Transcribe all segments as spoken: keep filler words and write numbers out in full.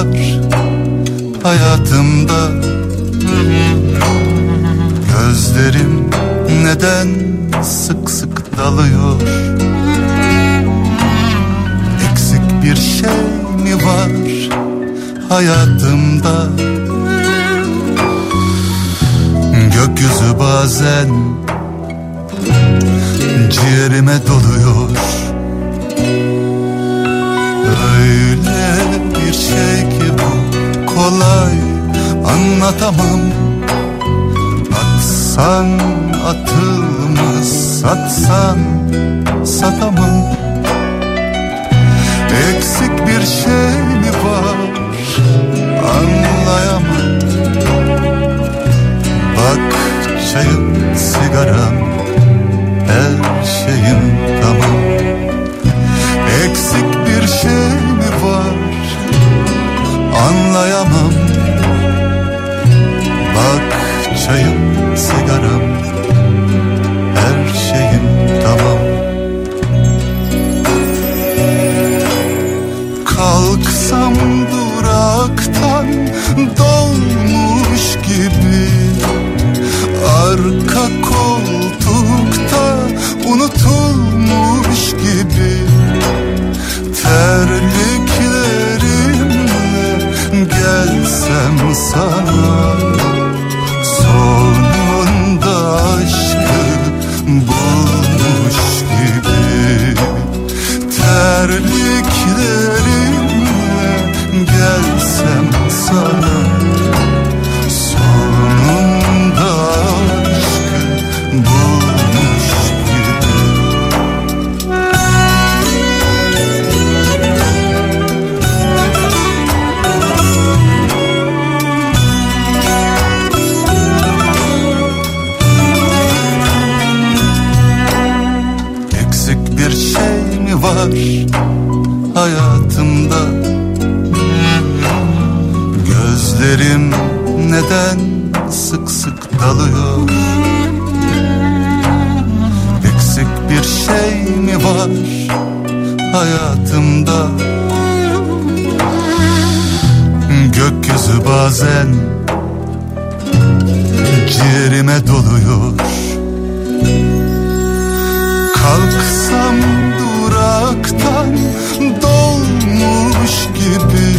hayatımda. Gözlerim neden sık sık dalıyor? Eksik bir şey mi var hayatımda? Gökyüzü bazen ciğerime doluyor. Öyle bir şey ki bu, kolay anlatamam. Atsan atılmaz, satsan satamam. Eksik bir şey mi var anlayamam. Bak çayım, sigaram, her şeyim tamam. Eksik bir şey mi var anlayamam. Bak çayım, sigaram, her şeyim tamam. Kalksam duraktan dolmuş gibi, arka koltukta unutulmuş gibi, terliklerimle gelsem sana, sonunda aşkı bulmuş gibi, terliklerimle gelsem sana, sonunda aşkı bulmuş gibi. Eksik bir şey mi var hayatımda? Gözlerim neden sık sık dalıyor? Eksik bir şey mi var hayatımda? Gökyüzü bazen ciğerime doluyor. Kalksam duraktan dolmuş gibi,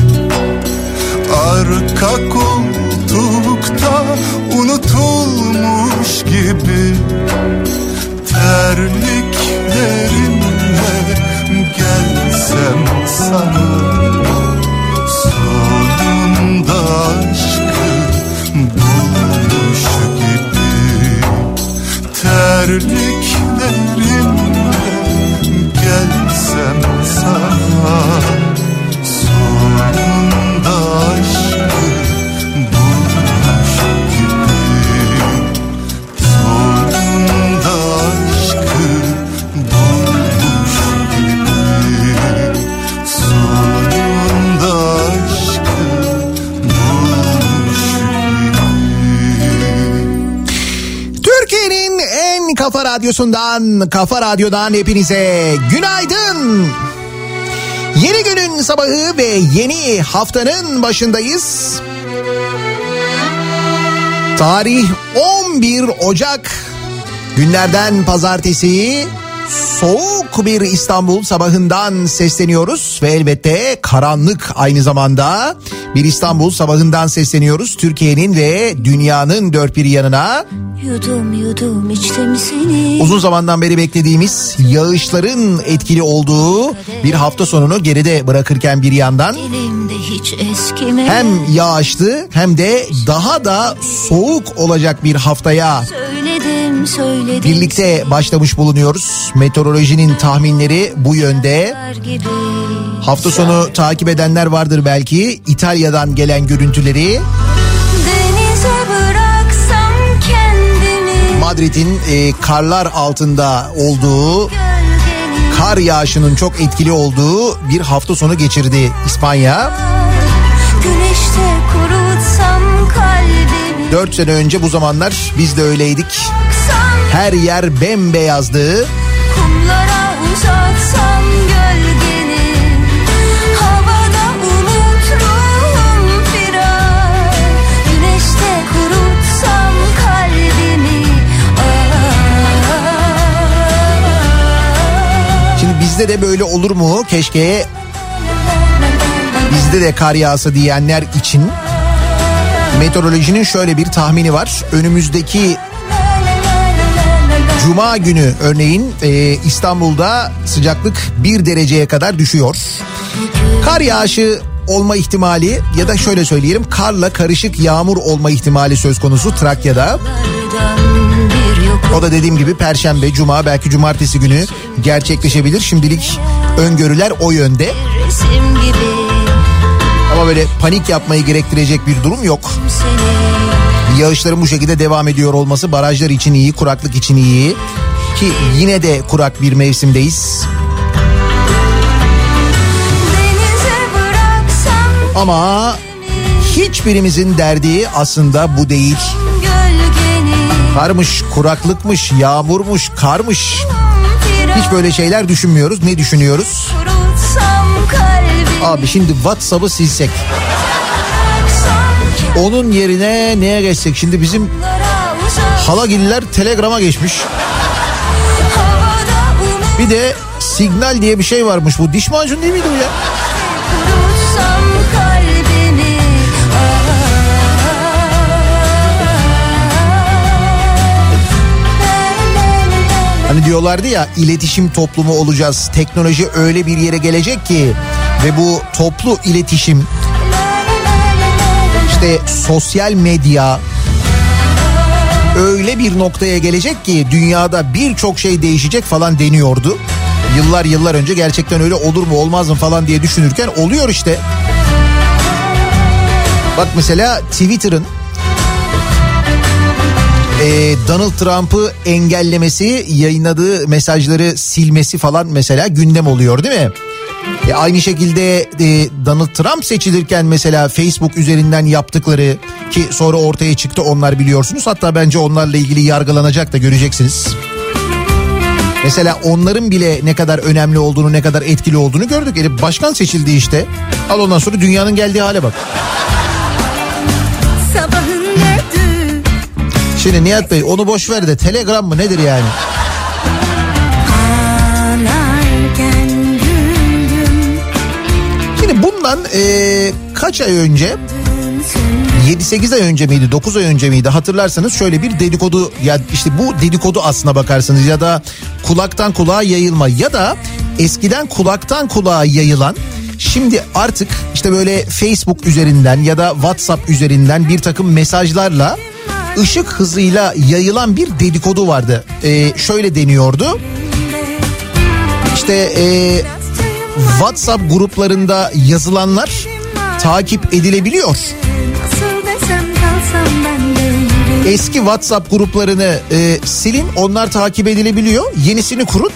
arka koltukta unutulmuş gibi, terliklerimle gelsem sana, sonunda aşkı bulmuş gibi, terliklerimle gelsem sana, sonunda aşkı bulmuş gibi, sonunda aşkı bulmuş gibi, sonunda aşkı bulmuş gibi. Türkiye'nin en kafa radyosundan, Kafa Radyo'dan hepinize günaydın. Yeni günün sabahı ve yeni haftanın başındayız. Tarih on bir Ocak, günlerden pazartesi. Soğuk bir İstanbul sabahından sesleniyoruz ve elbette karanlık aynı zamanda bir İstanbul sabahından sesleniyoruz. Türkiye'nin ve dünyanın dört bir yanına. Yudum yudum içtim seni. Uzun zamandan beri beklediğimiz yağışların etkili olduğu bir hafta sonunu geride bırakırken bir yandan Hiç eskime. hem yağışlı hem de daha da soğuk olacak bir haftaya Söyledim, söyledim. birlikte başlamış bulunuyoruz. Meteorolojinin tahminleri bu yönde. Hafta sonu takip edenler vardır belki. İtalya'dan gelen görüntüleri. Madrid'in e, karlar altında olduğu, kar yağışının çok etkili olduğu bir hafta sonu geçirdi İspanya. Dört sene önce bu zamanlar biz de öyleydik. Her yer bembeyazdı. Kumlara uzatsam gölgeni, havada unuttum bizde de böyle olur mu? Keşke bizde de kar yağsa diyenler için meteorolojinin şöyle bir tahmini var. Önümüzdeki Cuma günü örneğin e, İstanbul'da sıcaklık bir dereceye kadar düşüyor. Kar yağışı olma ihtimali ya da şöyle söyleyelim, karla karışık yağmur olma ihtimali söz konusu Trakya'da. O da dediğim gibi Perşembe, Cuma, belki Cumartesi günü gerçekleşebilir. Şimdilik öngörüler o yönde. Ama böyle panik yapmayı gerektirecek bir durum yok. Yağışların bu şekilde devam ediyor olması barajlar için iyi, kuraklık için iyi. Ki yine de kurak bir mevsimdeyiz. Ama hiçbirimizin derdi aslında bu değil. Karmış, kuraklıkmış, yağmurmuş, karmış. Hiç böyle şeyler düşünmüyoruz. Ne düşünüyoruz? Abi şimdi WhatsApp'ı silsek. Onun yerine neye geçsek? Şimdi bizim halagiller Telegram'a geçmiş. Bir de Signal diye bir şey varmış. Bu diş macunu değil miydi bu ya? Hani diyorlardı ya, iletişim toplumu olacağız. Teknoloji öyle bir yere gelecek ki ve bu toplu iletişim, işte sosyal medya öyle bir noktaya gelecek ki dünyada birçok şey değişecek falan deniyordu. Yıllar yıllar önce gerçekten öyle olur mu olmaz mı falan diye düşünürken oluyor işte. Bak mesela Twitter'ın Ee, Donald Trump'ı engellemesi, yayınladığı mesajları silmesi falan mesela gündem oluyor değil mi? E, aynı şekilde e, Donald Trump seçilirken mesela Facebook üzerinden yaptıkları, ki sonra ortaya çıktı onlar, biliyorsunuz. Hatta bence onlarla ilgili yargılanacak da, göreceksiniz. Mesela onların bile ne kadar önemli olduğunu, ne kadar etkili olduğunu gördük. Yani başkan seçildi işte. Al ondan sonra dünyanın geldiği hale bak. Sabahın geldi. Şimdi Nihat Bey onu boş ver de Telegram mı nedir yani? Şimdi bundan ee, kaç ay önce, yedi sekiz ay önce miydi, dokuz ay önce miydi hatırlarsanız şöyle bir dedikodu, ya işte bu dedikodu aslına bakarsanız, ya da kulaktan kulağa yayılma, ya da eskiden kulaktan kulağa yayılan, şimdi artık işte böyle Facebook üzerinden ya da WhatsApp üzerinden bir takım mesajlarla ışık hızıyla yayılan bir dedikodu vardı. Ee, şöyle deniyordu. İşte e, WhatsApp gruplarında yazılanlar takip edilebiliyor. Eski WhatsApp gruplarını e, silin, onlar takip edilebiliyor. Yenisini kurun,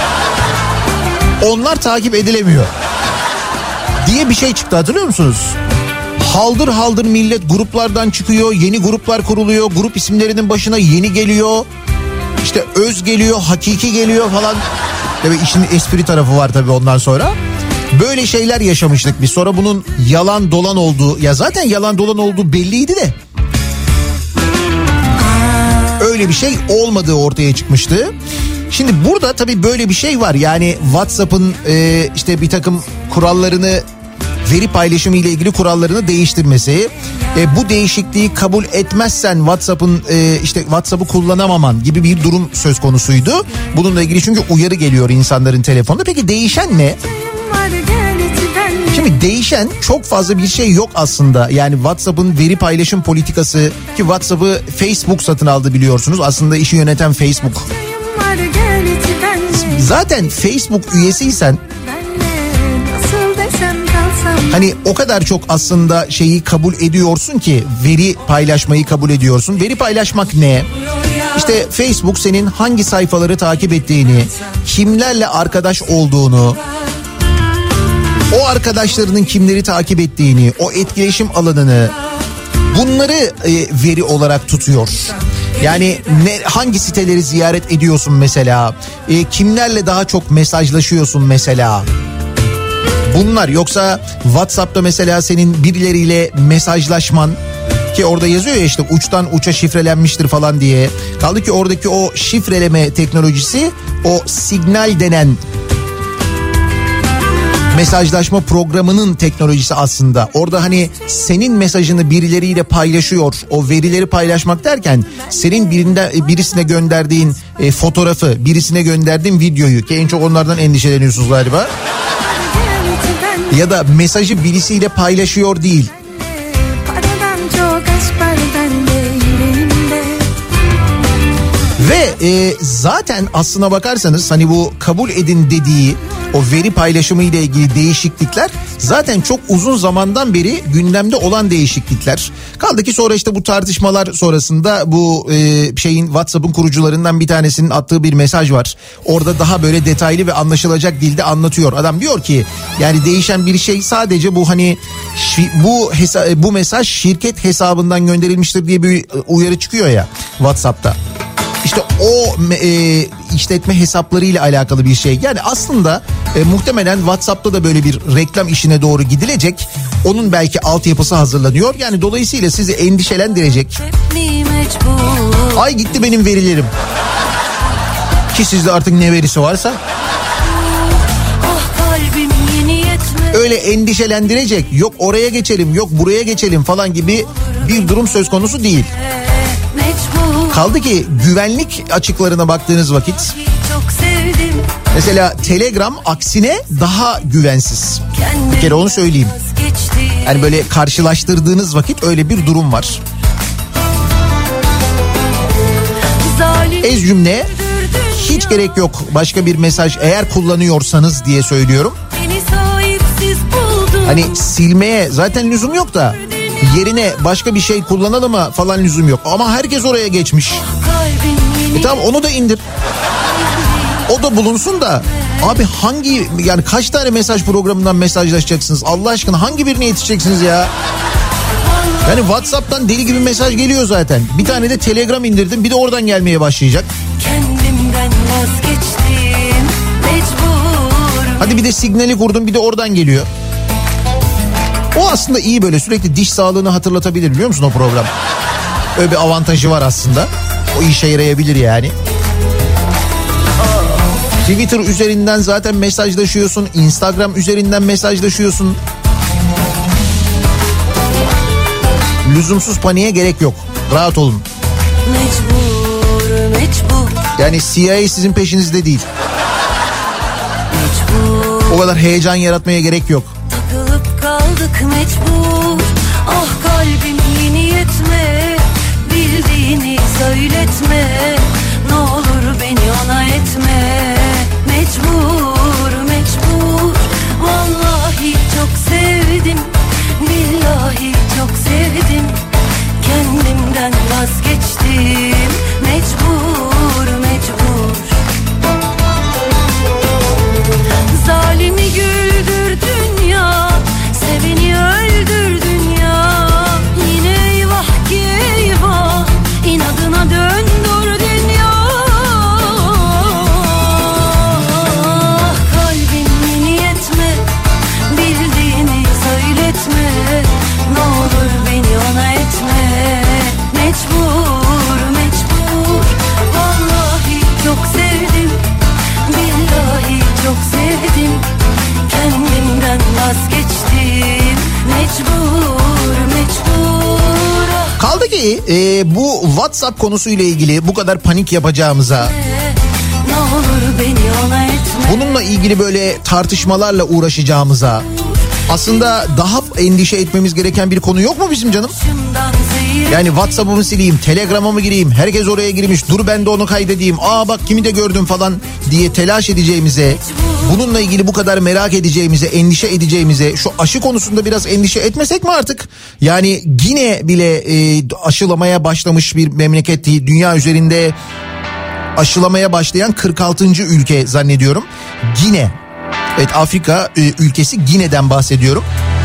onlar takip edilemiyor diye bir şey çıktı, hatırlıyor musunuz? Haldır haldır millet gruplardan çıkıyor, yeni gruplar kuruluyor, grup isimlerinin başına yeni geliyor, işte öz geliyor, hakiki geliyor falan. Tabii işin espri tarafı var tabii ondan sonra. Böyle şeyler yaşamıştık biz. Sonra bunun yalan dolan olduğu, ya zaten yalan dolan olduğu belliydi de öyle bir şey olmadığı ortaya çıkmıştı. Şimdi burada tabii böyle bir şey var, yani WhatsApp'ın e, işte bir takım kurallarını, veri paylaşımı ile ilgili kurallarını değiştirmesi, e, bu değişikliği kabul etmezsen WhatsApp'ın e, işte WhatsApp'ı kullanamaman gibi bir durum söz konusuydu. Bununla ilgili çünkü uyarı geliyor insanların telefonuna. Peki değişen ne? Şimdi değişen çok fazla bir şey yok aslında. Yani WhatsApp'ın veri paylaşım politikası, ki WhatsApp'ı Facebook satın aldı biliyorsunuz. Aslında işi yöneten Facebook. Zaten Facebook üyesiysen hani o kadar çok aslında şeyi kabul ediyorsun ki, veri paylaşmayı kabul ediyorsun. Veri paylaşmak ne? İşte Facebook senin hangi sayfaları takip ettiğini, kimlerle arkadaş olduğunu, o arkadaşlarının kimleri takip ettiğini, o etkileşim alanını, bunları e, veri olarak tutuyor. Yani ne, hangi siteleri ziyaret ediyorsun mesela, e, kimlerle daha çok mesajlaşıyorsun mesela. Bunlar, yoksa WhatsApp'ta mesela senin birileriyle mesajlaşman, ki orada yazıyor ya işte uçtan uça şifrelenmiştir falan diye. Kaldı ki oradaki o şifreleme teknolojisi, o Signal denen mesajlaşma programının teknolojisi aslında. Orada hani senin mesajını birileriyle paylaşıyor. O verileri paylaşmak derken senin birinden birisine gönderdiğin e, fotoğrafı, birisine gönderdiğin videoyu, ki en çok onlardan endişeleniyorsunuz galiba. Ya da mesajı birisiyle paylaşıyor değil. Ve e, zaten aslına bakarsanız hani bu kabul edin dediği o veri paylaşımı ile ilgili değişiklikler zaten çok uzun zamandan beri gündemde olan değişiklikler. Kaldı ki sonra işte bu tartışmalar sonrasında bu e, şeyin WhatsApp'ın kurucularından bir tanesinin attığı bir mesaj var. Orada daha böyle detaylı ve anlaşılacak dilde anlatıyor. Adam diyor ki yani değişen bir şey sadece bu hani şi, bu hesa- bu mesaj şirket hesabından gönderilmiştir diye bir uyarı çıkıyor ya WhatsApp'ta. İşte o e, işletme hesaplarıyla alakalı bir şey. Yani aslında e, muhtemelen WhatsApp'ta da böyle bir reklam işine doğru gidilecek. Onun belki altyapısı hazırlanıyor. Yani dolayısıyla sizi endişelendirecek. Ay gitti benim verilerim. Ki sizde artık ne verisi varsa. Öyle endişelendirecek, yok oraya geçelim, yok buraya geçelim falan gibi bir durum söz konusu değil. Kaldı ki güvenlik açıklarına baktığınız vakit mesela Telegram aksine daha güvensiz. Bir kere onu söyleyeyim. Yani böyle karşılaştırdığınız vakit öyle bir durum var. Ez cümle, hiç gerek yok başka bir mesaj eğer kullanıyorsanız diye söylüyorum. Hani silmeye zaten lüzum yok da yerine başka bir şey kullanalım mı falan lüzum yok. Ama herkes oraya geçmiş. E tamam, onu da indir. O da bulunsun da abi hangi, yani kaç tane mesaj programından mesajlaşacaksınız? Allah aşkına hangi birine yetişeceksiniz ya? Yani WhatsApp'tan deli gibi mesaj geliyor zaten. Bir tane de Telegram indirdim, bir de oradan gelmeye başlayacak. Kendimden vazgeçtim, mecbur. Hadi bir de Signal'i kurdum, bir de oradan geliyor. O aslında iyi, böyle sürekli diş sağlığını hatırlatabilir, biliyor musun o program? Öyle bir avantajı var aslında. O işe yarayabilir yani. Twitter üzerinden zaten mesajlaşıyorsun. Instagram üzerinden mesajlaşıyorsun. Lüzumsuz paniğe gerek yok. Rahat olun. Mecbur, mecbur. Yani C I A sizin peşinizde değil. Mecbur. O kadar heyecan yaratmaya gerek yok. Takılıp kaldık mecbur. Ah kalbim yeni yetme. Bildiğini söyletme. Ne olur beni ona etme. Mecbur, mecbur. Vallahi çok sevdim. Billahi çok sevdim. Kendimden vazgeçtim. Mecbur, mecbur. Zalimi güldürdün ya, seveni öldürdün ya. Yine eyvah ki eyvah, inadına döndürdün ya. Kalbin yeni yetme, bildiğini söyletme. Ne olur beni ona etme. Mecbur, mecbur. Vallahi çok sevdim. Billahi çok sevdim. Kendimden vazgeçtim. Mecbur, mecbur. Kaldı ki e, bu WhatsApp konusuyla ilgili bu kadar panik yapacağımıza, ne olur beni ona etme. bununla ilgili böyle tartışmalarla uğraşacağımıza, aslında daha endişe etmemiz gereken bir konu yok mu bizim canım? Yani WhatsApp'ımı sileyim, Telegram'a mı gireyim, herkes oraya girmiş, dur ben de onu kaydedeyim, aa bak kimi de gördüm falan diye telaş edeceğimize, bununla ilgili bu kadar merak edeceğimize, endişe edeceğimize, şu aşı konusunda biraz endişe etmesek mi artık? Yani Gine bile e, aşılamaya başlamış bir memleket değil, dünya üzerinde aşılamaya başlayan kırk altıncı ülke zannediyorum. Gine. Evet, Afrika e, ülkesi Gine'den bahsediyorum.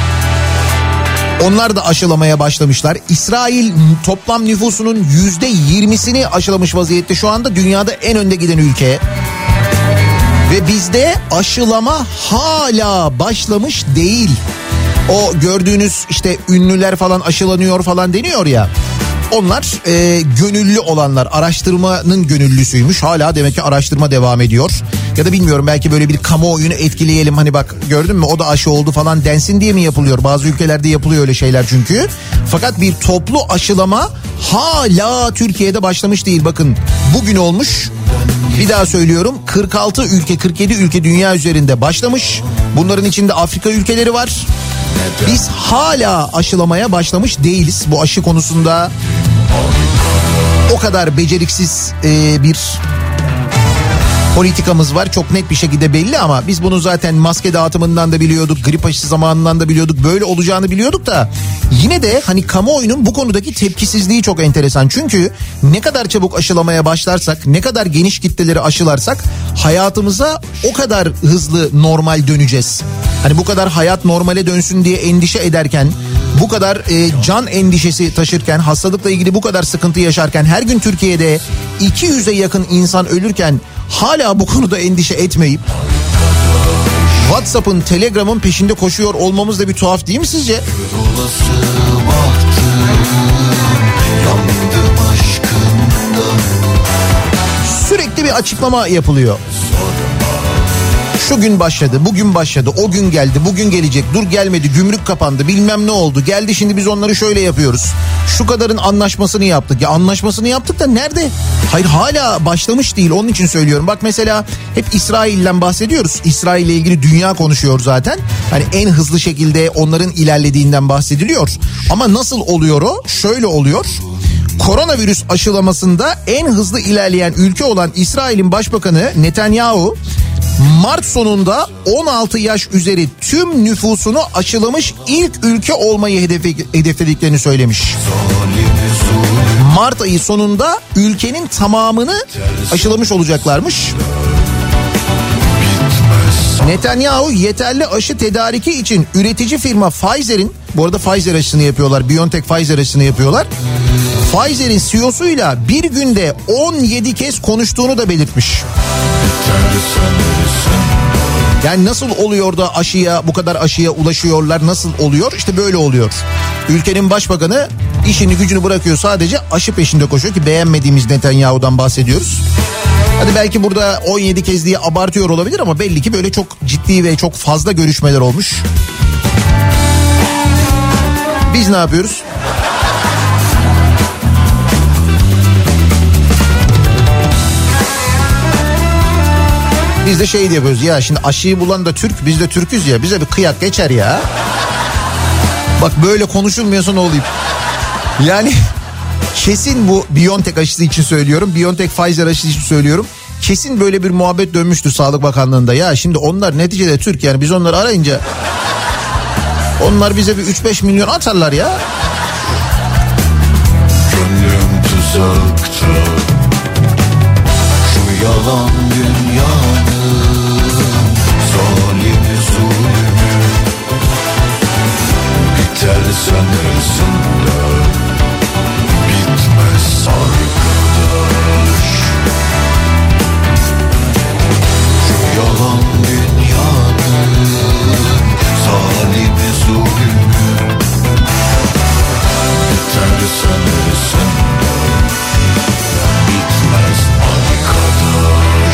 Onlar da aşılamaya başlamışlar. İsrail toplam nüfusunun yüzde yirmisini aşılamış vaziyette. Şu anda dünyada en önde giden ülke. Ve bizde aşılama hala başlamış değil. O gördüğünüz işte ünlüler falan aşılanıyor falan deniyor ya. Onlar e, gönüllü olanlar, araştırmanın gönüllüsüymüş. Hala demek ki araştırma devam ediyor. Ya da bilmiyorum, belki böyle bir kamuoyunu etkileyelim. Hani bak gördün mü, o da aşı oldu falan densin diye mi yapılıyor? Bazı ülkelerde yapılıyor öyle şeyler çünkü. Fakat bir toplu aşılama hala Türkiye'de başlamış değil. Bakın bugün olmuş. Bir daha söylüyorum, kırk altı ülke, kırk yedi ülke dünya üzerinde başlamış. Bunların içinde Afrika ülkeleri var. Biz hala aşılamaya başlamış değiliz. Bu aşı konusunda o kadar beceriksiz e, bir politikamız var. Çok net bir şekilde belli ama biz bunu zaten maske dağıtımından da biliyorduk. Grip aşısı zamanından da biliyorduk. Böyle olacağını biliyorduk da yine de hani kamuoyunun bu konudaki tepkisizliği çok enteresan. Çünkü ne kadar çabuk aşılamaya başlarsak, ne kadar geniş kitleleri aşılarsak hayatımıza o kadar hızlı normal döneceğiz. Hani bu kadar hayat normale dönsün diye endişe ederken, bu kadar e, can endişesi taşırken, hastalıkla ilgili bu kadar sıkıntı yaşarken, her gün Türkiye'de iki yüze yakın insan ölürken hala bu konuda endişe etmeyip WhatsApp'ın, Telegram'ın peşinde koşuyor olmamız da bir tuhaf değil mi sizce? Sürekli bir açıklama yapılıyor. Şu gün başladı, bugün başladı, o gün geldi, bugün gelecek, dur gelmedi, gümrük kapandı, bilmem ne oldu, geldi şimdi biz onları şöyle yapıyoruz. Şu kadarın anlaşmasını yaptık. Ya anlaşmasını yaptık da nerede? Hayır, hala başlamış değil, onun için söylüyorum. Bak mesela hep İsrail'den bahsediyoruz. İsrail'le ilgili dünya konuşuyor zaten. Hani en hızlı şekilde onların ilerlediğinden bahsediliyor. Ama nasıl oluyor o? Şöyle oluyor. Koronavirüs aşılamasında en hızlı ilerleyen ülke olan İsrail'in Başbakanı Netanyahu, Mart sonunda on altı yaş üzeri tüm nüfusunu aşılamış ilk ülke olmayı hedefe, hedeflediklerini söylemiş. Mart ayı sonunda ülkenin tamamını aşılamış olacaklarmış. Netanyahu yeterli aşı tedariki için üretici firma Pfizer'in, bu arada Pfizer aşısını yapıyorlar, BioNTech Pfizer aşısını yapıyorlar. Pfizer'in C E O'suyla bir günde on yedi kez konuştuğunu da belirtmiş. Yani nasıl oluyor da aşıya, bu kadar aşıya ulaşıyorlar, nasıl oluyor? İşte böyle oluyor. Ülkenin başbakanı işini gücünü bırakıyor, sadece aşı peşinde koşuyor ki beğenmediğimiz Netanyahu'dan bahsediyoruz. Hadi belki burada on yedi kez diye abartıyor olabilir ama belli ki böyle çok ciddi ve çok fazla görüşmeler olmuş. Biz ne yapıyoruz? Biz de şey yapıyoruz ya, şimdi aşıyı bulan da Türk, biz de Türküz ya, bize bir kıyak geçer ya. Bak böyle konuşulmuyorsa ne olayım? Yani kesin bu BioNTech aşısı için söylüyorum, BioNTech Pfizer aşısı için söylüyorum. Kesin böyle bir muhabbet dönmüştü Sağlık Bakanlığı'nda. Ya şimdi onlar neticede Türk, yani biz onları arayınca onlar bize bir üç beş milyon atarlar ya. Gönlüm tuzakta, şu yalan dünyanın zalimi zulmü, biter sanırsında bitmez arkadaş. Şu yalan dünyanın zalimi zulmü, biter sanırsında bitmez arkadaş.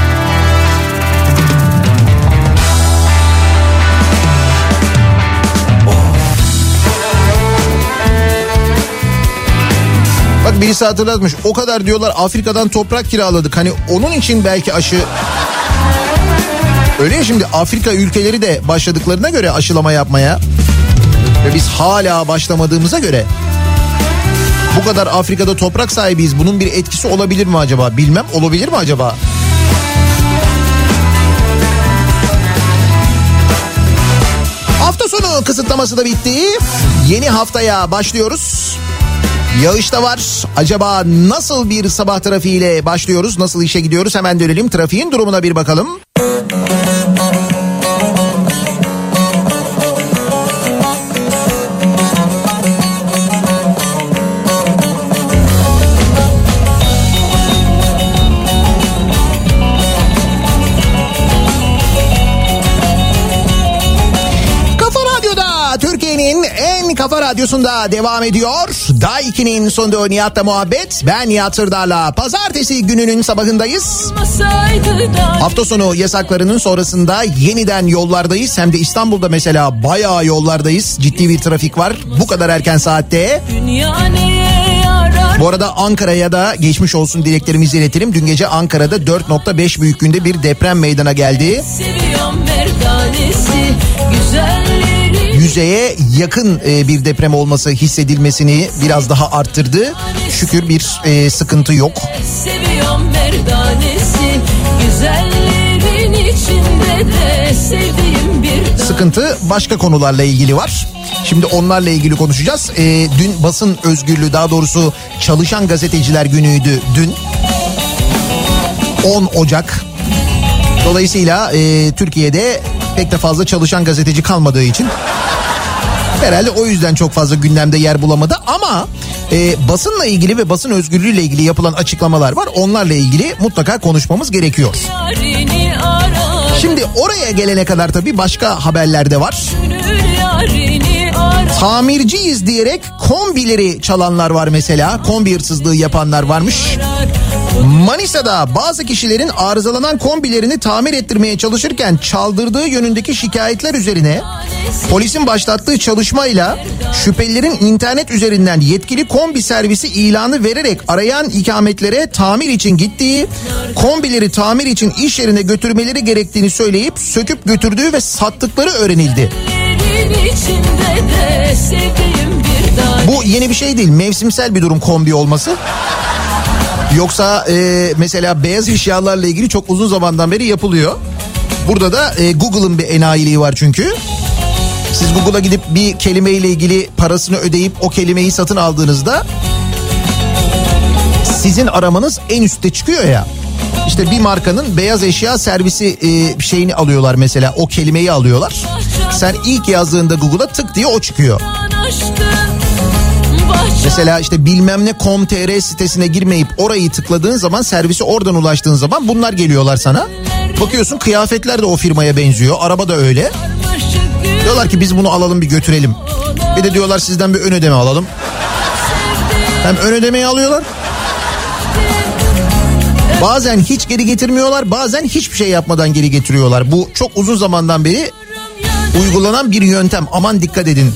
Bak birisi hatırlatmış, o kadar diyorlar Afrika'dan toprak kiraladık, hani onun için belki aşı. Öyle ya, şimdi Afrika ülkeleri de başladıklarına göre aşılama yapmaya ve biz hala başlamadığımıza göre bu kadar Afrika'da toprak sahibiyiz, bunun bir etkisi olabilir mi acaba? Bilmem, olabilir mi acaba? Hafta sonu kısıtlaması da bitti. Yeni haftaya başlıyoruz. Yağış da var. Acaba nasıl bir sabah trafiğiyle başlıyoruz? Nasıl işe gidiyoruz? Hemen dönelim. Trafiğin durumuna bir bakalım. Kafa Radyosu'nda devam ediyor. Daiki'nin sonunda Nihat'la muhabbet. Ben Nihat Sırdar'la. Pazartesi gününün sabahındayız. Hafta sonu yasaklarının sonrasında yeniden yollardayız. Hem de İstanbul'da mesela bayağı yollardayız. Ciddi bir trafik var. Bu kadar erken saatte. Bu arada Ankara'ya da geçmiş olsun dileklerimizi iletelim. Dün gece Ankara'da dört nokta beş büyüklüğünde bir deprem meydana geldi. Yüzeye yakın bir deprem olması hissedilmesini biraz daha arttırdı. Şükür bir e, sıkıntı yok. Seviyorum merdanesi, güzellerin içinde de sevdiğim bir... Sıkıntı başka konularla ilgili var. Şimdi onlarla ilgili konuşacağız. E, dün basın özgürlüğü, daha doğrusu Çalışan Gazeteciler Günü'ydü dün. on Ocak. Dolayısıyla e, Türkiye'de pek de fazla çalışan gazeteci kalmadığı için herhalde o yüzden çok fazla gündemde yer bulamadı. Ama e, basınla ilgili ve basın özgürlüğüyle ilgili yapılan açıklamalar var. Onlarla ilgili mutlaka konuşmamız gerekiyor. Şimdi oraya gelene kadar tabii başka haberler de var. Tamirciyiz diyerek kombileri çalanlar var mesela. Kombi hırsızlığı yapanlar varmış. Manisa'da bazı kişilerin arızalanan kombilerini tamir ettirmeye çalışırken çaldırdığı yönündeki şikayetler üzerine polisin başlattığı çalışmayla şüphelilerin internet üzerinden yetkili kombi servisi ilanı vererek arayan ikametlere tamir için gittiği, kombileri tamir için iş yerine götürmeleri gerektiğini söyleyip söküp götürdüğü ve sattıkları öğrenildi. Bu yeni bir şey değil, mevsimsel bir durum kombi olması. Yoksa e, mesela beyaz eşyalarla ilgili çok uzun zamandan beri yapılıyor. Burada da e, Google'ın bir enayiliği var çünkü. Siz Google'a gidip bir kelimeyle ilgili parasını ödeyip o kelimeyi satın aldığınızda sizin aramanız en üstte çıkıyor ya. İşte bir markanın beyaz eşya servisi e, şeyini alıyorlar mesela, o kelimeyi alıyorlar. Sen ilk yazdığında Google'a tık diye o çıkıyor. Mesela işte bilmem ne nokta com nokta tr sitesine girmeyip orayı tıkladığın zaman, servise oradan ulaştığın zaman bunlar geliyorlar sana. Bakıyorsun kıyafetler de o firmaya benziyor, araba da öyle. Diyorlar ki biz bunu alalım, bir götürelim. Bir de diyorlar sizden bir ön ödeme alalım. Hem ön ödemeyi alıyorlar. Bazen hiç geri getirmiyorlar, bazen hiçbir şey yapmadan geri getiriyorlar. Bu çok uzun zamandan beri uygulanan bir yöntem. Aman dikkat edin.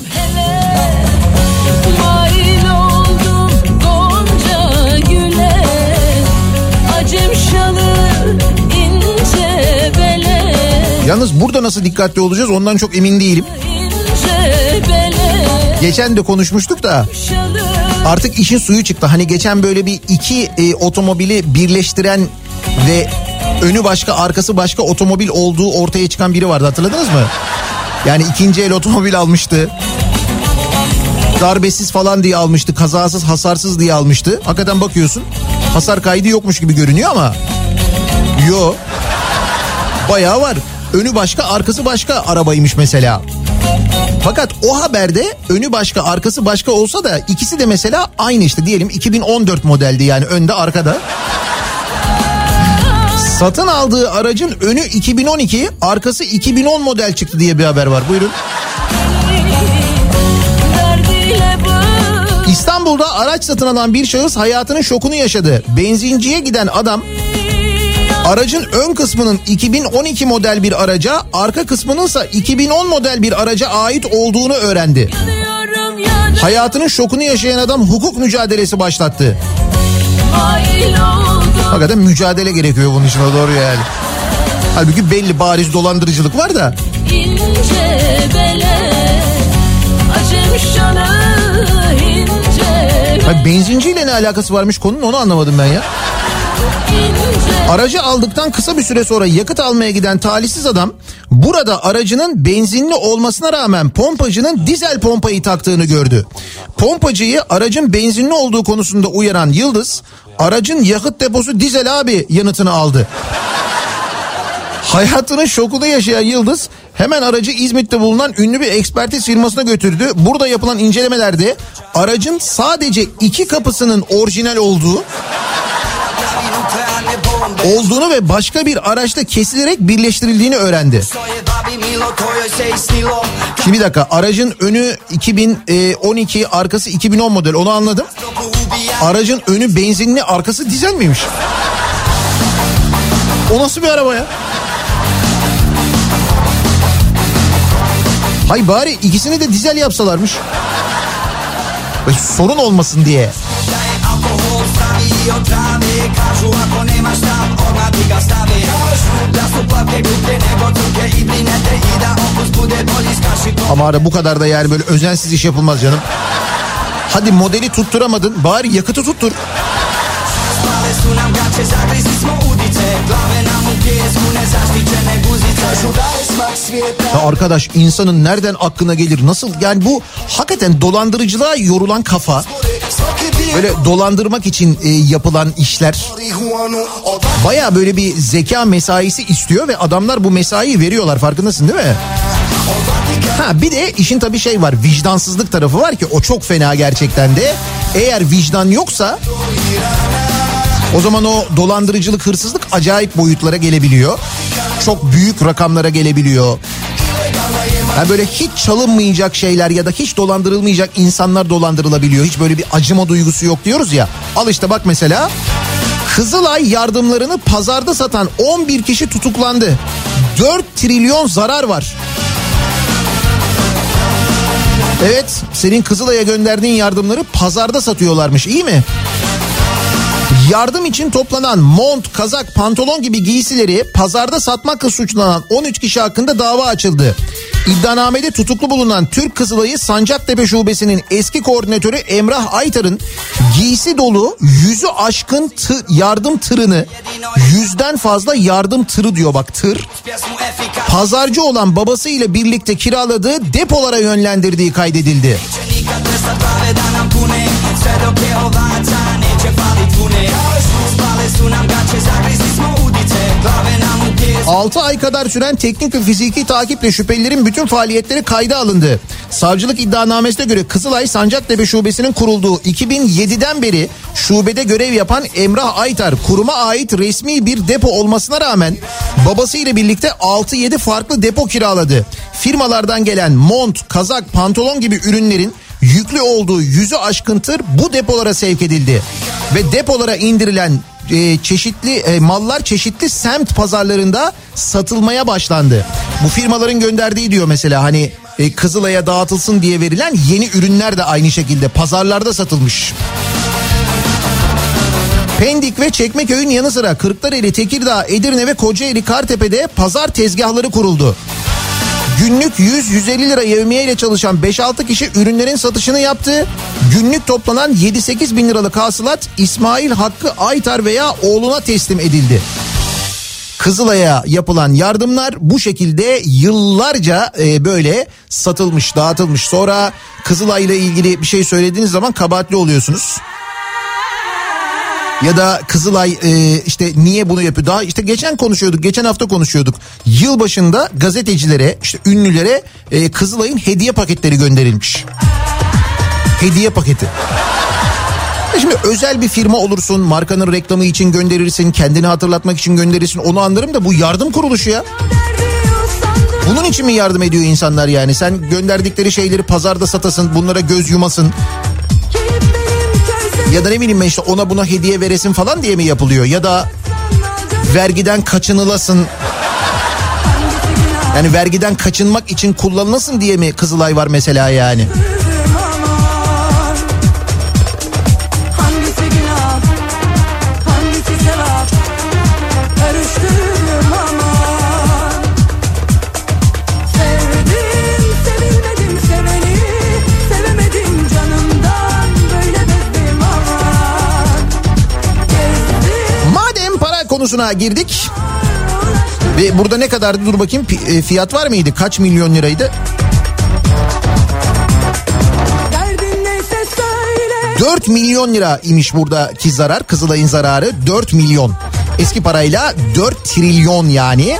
Yalnız burada nasıl dikkatli olacağız ondan çok emin değilim. Geçen de konuşmuştuk da artık işin suyu çıktı. Hani geçen böyle bir iki e, otomobili birleştiren ve önü başka arkası başka otomobil olduğu ortaya çıkan biri vardı, hatırladınız mı? Yani ikinci el otomobil almıştı. Darbesiz falan diye almıştı, kazasız hasarsız diye almıştı. Hakikaten bakıyorsun hasar kaydı yokmuş gibi görünüyor ama yo, bayağı var. Önü başka arkası başka arabaymış mesela. Fakat o haberde önü başka arkası başka olsa da ikisi de mesela aynı, işte diyelim iki bin on dört modeldi, yani önde arkada. Satın aldığı aracın önü iki bin on iki, arkası iki bin on model çıktı diye bir haber var. Buyurun. İstanbul'da araç satın alan bir şahıs hayatının şokunu yaşadı. Benzinciye giden adam aracın ön kısmının iki bin on iki model bir araca, arka kısmınınsa iki bin on model bir araca ait olduğunu öğrendi. Hayatının şokunu yaşayan adam hukuk mücadelesi başlattı. Hakikaten mücadele gerekiyor bunun için, o doğru yani. Halbuki belli bariz dolandırıcılık var da. İnce bele, Hayır, benzinciyle ne alakası varmış konunun, onu anlamadım ben ya. Aracı aldıktan kısa bir süre sonra yakıt almaya giden talihsiz adam burada aracının benzinli olmasına rağmen pompacının dizel pompayı taktığını gördü. Pompacıyı aracın benzinli olduğu konusunda uyaran Yıldız, aracın yakıt deposu dizel abi yanıtını aldı. Hayatının şokunu yaşayan Yıldız hemen aracı İzmit'te bulunan ünlü bir ekspertiz firmasına götürdü. Burada yapılan incelemelerde aracın sadece iki kapısının orijinal olduğu olduğunu ve başka bir araçla kesilerek birleştirildiğini öğrendi. Şimdi bir dakika, aracın önü iki bin on iki, arkası iki bin on model, onu anladım. Aracın önü benzinli, arkası dizel miymiş? O nasıl bir araba ya? Hay bari ikisini de dizel yapsalarmış. Sorun olmasın diye. Ama ara bu kadar da yani böyle özensiz iş yapılmaz canım. Hadi modeli tutturamadın, bari yakıtı tuttur. Ya arkadaş, insanın nereden aklına gelir, nasıl yani, bu hakikaten dolandırıcılığa yorulan kafa, böyle dolandırmak için e, yapılan işler baya böyle bir zeka mesaisi istiyor ve adamlar bu mesaiyi veriyorlar, farkındasın değil mi? Ha bir de işin tabii şey var, vicdansızlık tarafı var ki o çok fena gerçekten de. Eğer vicdan yoksa o zaman o dolandırıcılık, hırsızlık acayip boyutlara gelebiliyor. Çok büyük rakamlara gelebiliyor. Yani böyle hiç çalınmayacak şeyler ya da hiç dolandırılmayacak insanlar dolandırılabiliyor. Hiç böyle bir acıma duygusu yok diyoruz ya. Al işte bak mesela, Kızılay yardımlarını pazarda satan on bir kişi tutuklandı. dört trilyon zarar var. Evet, senin Kızılay'a gönderdiğin yardımları pazarda satıyorlarmış, iyi mi? Yardım için toplanan mont, kazak, pantolon gibi giysileri pazarda satmakla suçlanan on üç kişi hakkında dava açıldı. İddianamede tutuklu bulunan Türk Kızılay'ı Sancaktepe Şubesi'nin eski koordinatörü Emrah Aytar'ın giysi dolu yüzü aşkın tı- yardım tırını, yüzden fazla yardım tırı diyor bak, tır, pazarcı olan babasıyla birlikte kiraladığı depolara yönlendirdiği kaydedildi. altı ay kadar süren teknik ve fiziki takiple şüphelilerin bütün faaliyetleri kayda alındı. Savcılık iddianamesine göre Kızılay Sancaktepe Şubesi'nin kurulduğu iki bin yediden beri şubede görev yapan Emrah Aytar, kuruma ait resmi bir depo olmasına rağmen babasıyla birlikte altı yedi farklı depo kiraladı. Firmalardan gelen mont, kazak, pantolon gibi ürünlerin yüklü olduğu yüzü aşkın tır bu depolara sevk edildi. Ve depolara indirilen e, çeşitli e, mallar çeşitli semt pazarlarında satılmaya başlandı. Bu firmaların gönderdiği diyor mesela, hani e, Kızılay'a dağıtılsın diye verilen yeni ürünler de aynı şekilde pazarlarda satılmış. Pendik ve Çekmeköy'ün yanı sıra Kırklareli, Tekirdağ, Edirne ve Kocaeli, Kartepe'de pazar tezgahları kuruldu. Günlük yüz yüz elli lira yevmiye ile çalışan beş altı kişi ürünlerin satışını yaptı. Günlük toplanan yedi sekiz bin liralık hasılat İsmail Hakkı Aytar veya oğluna teslim edildi. Kızılay'a yapılan yardımlar bu şekilde yıllarca e, böyle satılmış, dağıtılmış. Sonra Kızılay'la ilgili bir şey söylediğiniz zaman kabahatli oluyorsunuz. Ya da Kızılay e, işte niye bunu yapıyor? Daha işte geçen konuşuyorduk, geçen hafta konuşuyorduk. Yılbaşında gazetecilere, işte ünlülere e, Kızılay'ın hediye paketleri gönderilmiş. Hediye paketi. E şimdi özel bir firma olursun, markanın reklamı için gönderirsin, kendini hatırlatmak için gönderirsin, onu anlarım da bu yardım kuruluşu ya. Bunun için mi yardım ediyor insanlar yani? Sen gönderdikleri şeyleri pazarda satasın, bunlara göz yumasın. Ya da ne bileyim ben işte ona buna hediye veresin falan diye mi yapılıyor? Ya da vergiden kaçınılasın. Yani vergiden kaçınmak için kullanılasın diye mi Kızılay var mesela yani? Konusuna girdik ve burada ne kadardı, dur bakayım, fiyat var mıydı, kaç milyon liraydı? dört milyon lira imiş buradaki zarar, Kızılay'ın zararı dört milyon, eski parayla dört trilyon yani.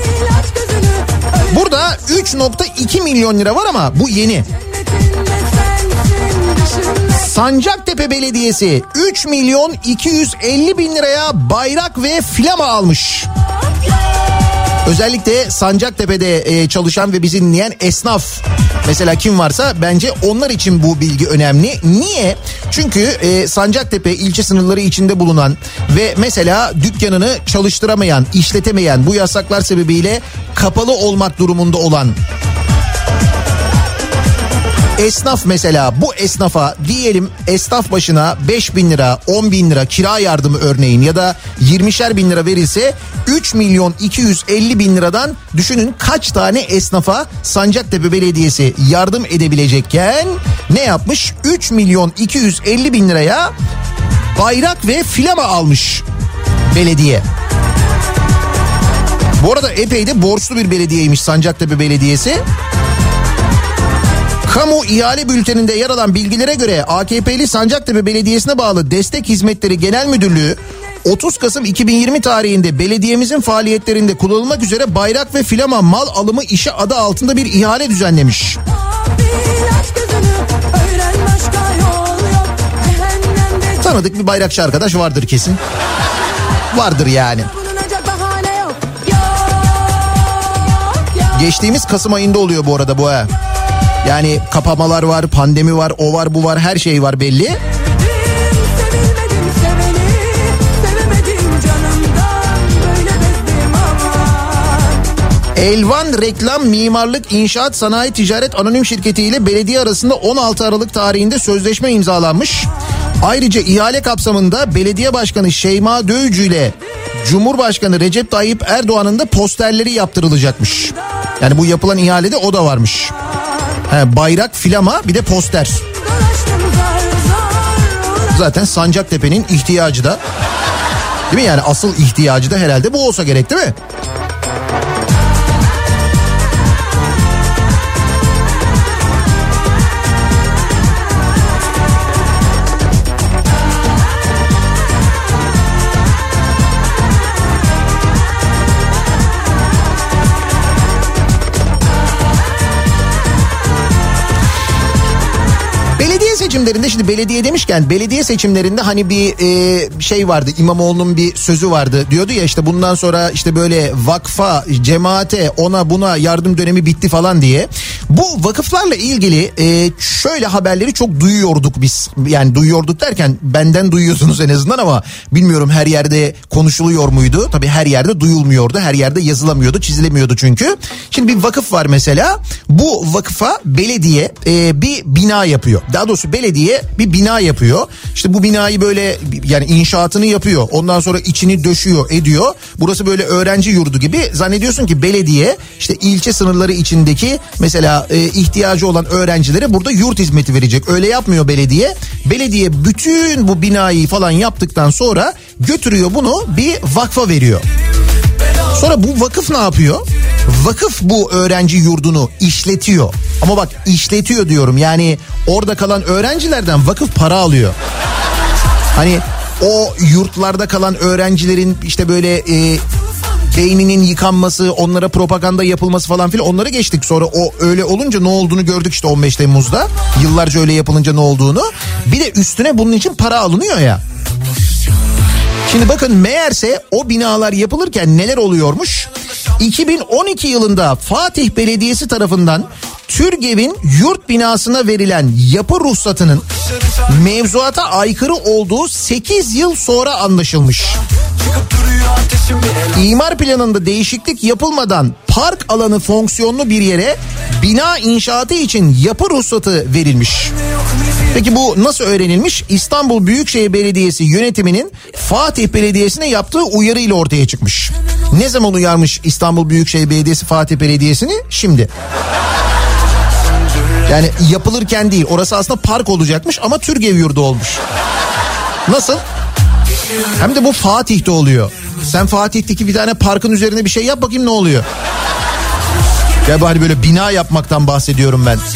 Burada üç nokta iki milyon lira var ama bu yeni. Sancaktepe Belediyesi üç milyon iki yüz elli bin liraya bayrak ve flama almış. Özellikle Sancaktepe'de çalışan ve bizi dinleyen esnaf mesela kim varsa bence onlar için bu bilgi önemli. Niye? Çünkü e, Sancaktepe ilçe sınırları içinde bulunan ve mesela dükkanını çalıştıramayan, işletemeyen, bu yasaklar sebebiyle kapalı olmak durumunda olan esnaf, mesela bu esnafa diyelim esnaf başına beş bin lira, on bin lira kira yardımı örneğin ya da yirmişer bin lira verilse üç milyon iki yüz elli bin liradan düşünün kaç tane esnafa Sancaktepe Belediyesi yardım edebilecekken ne yapmış? üç milyon iki yüz elli bin liraya bayrak ve flama almış belediye. Bu arada epey de borçlu bir belediyeymiş Sancaktepe Belediyesi. Kamu ihale bülteninde yer alan bilgilere göre A K P'li Sancaktepe Belediyesi'ne bağlı Destek Hizmetleri Genel Müdürlüğü otuz Kasım iki bin yirmi tarihinde belediyemizin faaliyetlerinde kullanılmak üzere bayrak ve flama mal alımı işi adı altında bir ihale düzenlemiş. Tanıdık bir bayrakçı arkadaş vardır kesin. Vardır yani. Geçtiğimiz Kasım ayında oluyor bu arada bu ha. Yani kapamalar var, pandemi var, o var, bu var, her şey var belli. Elvan Reklam Mimarlık İnşaat Sanayi Ticaret Anonim Şirketi ile belediye arasında on altı Aralık tarihinde sözleşme imzalanmış. Ayrıca ihale kapsamında belediye başkanı Şeyma Dövücü ile Cumhurbaşkanı Recep Tayyip Erdoğan'ın da posterleri yaptırılacakmış. Yani bu yapılan ihalede o da varmış. He, bayrak, flama, bir de poster. Zaten Sancaktepe'nin ihtiyacı da, değil mi? Yani asıl ihtiyacı da herhalde bu olsa gerek, değil mi? Seçimlerinde, şimdi belediye demişken, belediye seçimlerinde hani bir e, şey vardı, İmamoğlu'nun bir sözü vardı, diyordu ya işte bundan sonra işte böyle vakfa, cemaate, ona buna yardım dönemi bitti falan diye. Bu vakıflarla ilgili e, şöyle haberleri çok duyuyorduk biz, yani duyuyorduk derken benden duyuyorsunuz en azından, ama bilmiyorum her yerde konuşuluyor muydu? Tabii her yerde duyulmuyordu, her yerde yazılamıyordu, çizilemiyordu çünkü. Şimdi bir vakıf var mesela, bu vakıfa belediye e, bir bina yapıyor, daha doğrusu belediye bir bina yapıyor. İşte bu binayı böyle yani inşaatını yapıyor. Ondan sonra içini döşüyor, ediyor. Burası böyle öğrenci yurdu gibi. Zannediyorsun ki belediye işte ilçe sınırları içindeki mesela e, ihtiyacı olan öğrencilere burada yurt hizmeti verecek. Öyle yapmıyor belediye. Belediye bütün bu binayı falan yaptıktan sonra götürüyor, bunu bir vakfa veriyor. Sonra bu vakıf ne yapıyor? Vakıf bu öğrenci yurdunu işletiyor. Ama bak, işletiyor diyorum, yani orada kalan öğrencilerden vakıf para alıyor. Hani o yurtlarda kalan öğrencilerin işte böyle e, beyninin yıkanması, onlara propaganda yapılması falan filan, onları geçtik. Sonra o öyle olunca ne olduğunu gördük işte on beş Temmuz'da. Yıllarca öyle yapılınca ne olduğunu. Bir de üstüne bunun için para alınıyor ya. Şimdi bakın, meğerse o binalar yapılırken neler oluyormuş? iki bin on iki yılında Fatih Belediyesi tarafından TÜRGEV'in yurt binasına verilen yapı ruhsatının mevzuata aykırı olduğu sekiz yıl sonra anlaşılmış. İmar planında değişiklik yapılmadan park alanı fonksiyonlu bir yere bina inşaatı için yapı ruhsatı verilmiş. Peki bu nasıl öğrenilmiş? İstanbul Büyükşehir Belediyesi yönetiminin Fatih Belediyesi'ne yaptığı uyarı ile ortaya çıkmış. Ne zaman uyarmış İstanbul Büyükşehir Belediyesi Fatih Belediyesi'ni? Şimdi. Yani yapılırken değil, orası aslında park olacakmış ama TÜRGEV yurdu olmuş. Nasıl? Hem de bu Fatih'te oluyor. Sen Fatih'teki bir tane parkın üzerine bir şey yap bakayım, ne oluyor? Ya bari böyle bina yapmaktan bahsediyorum ben.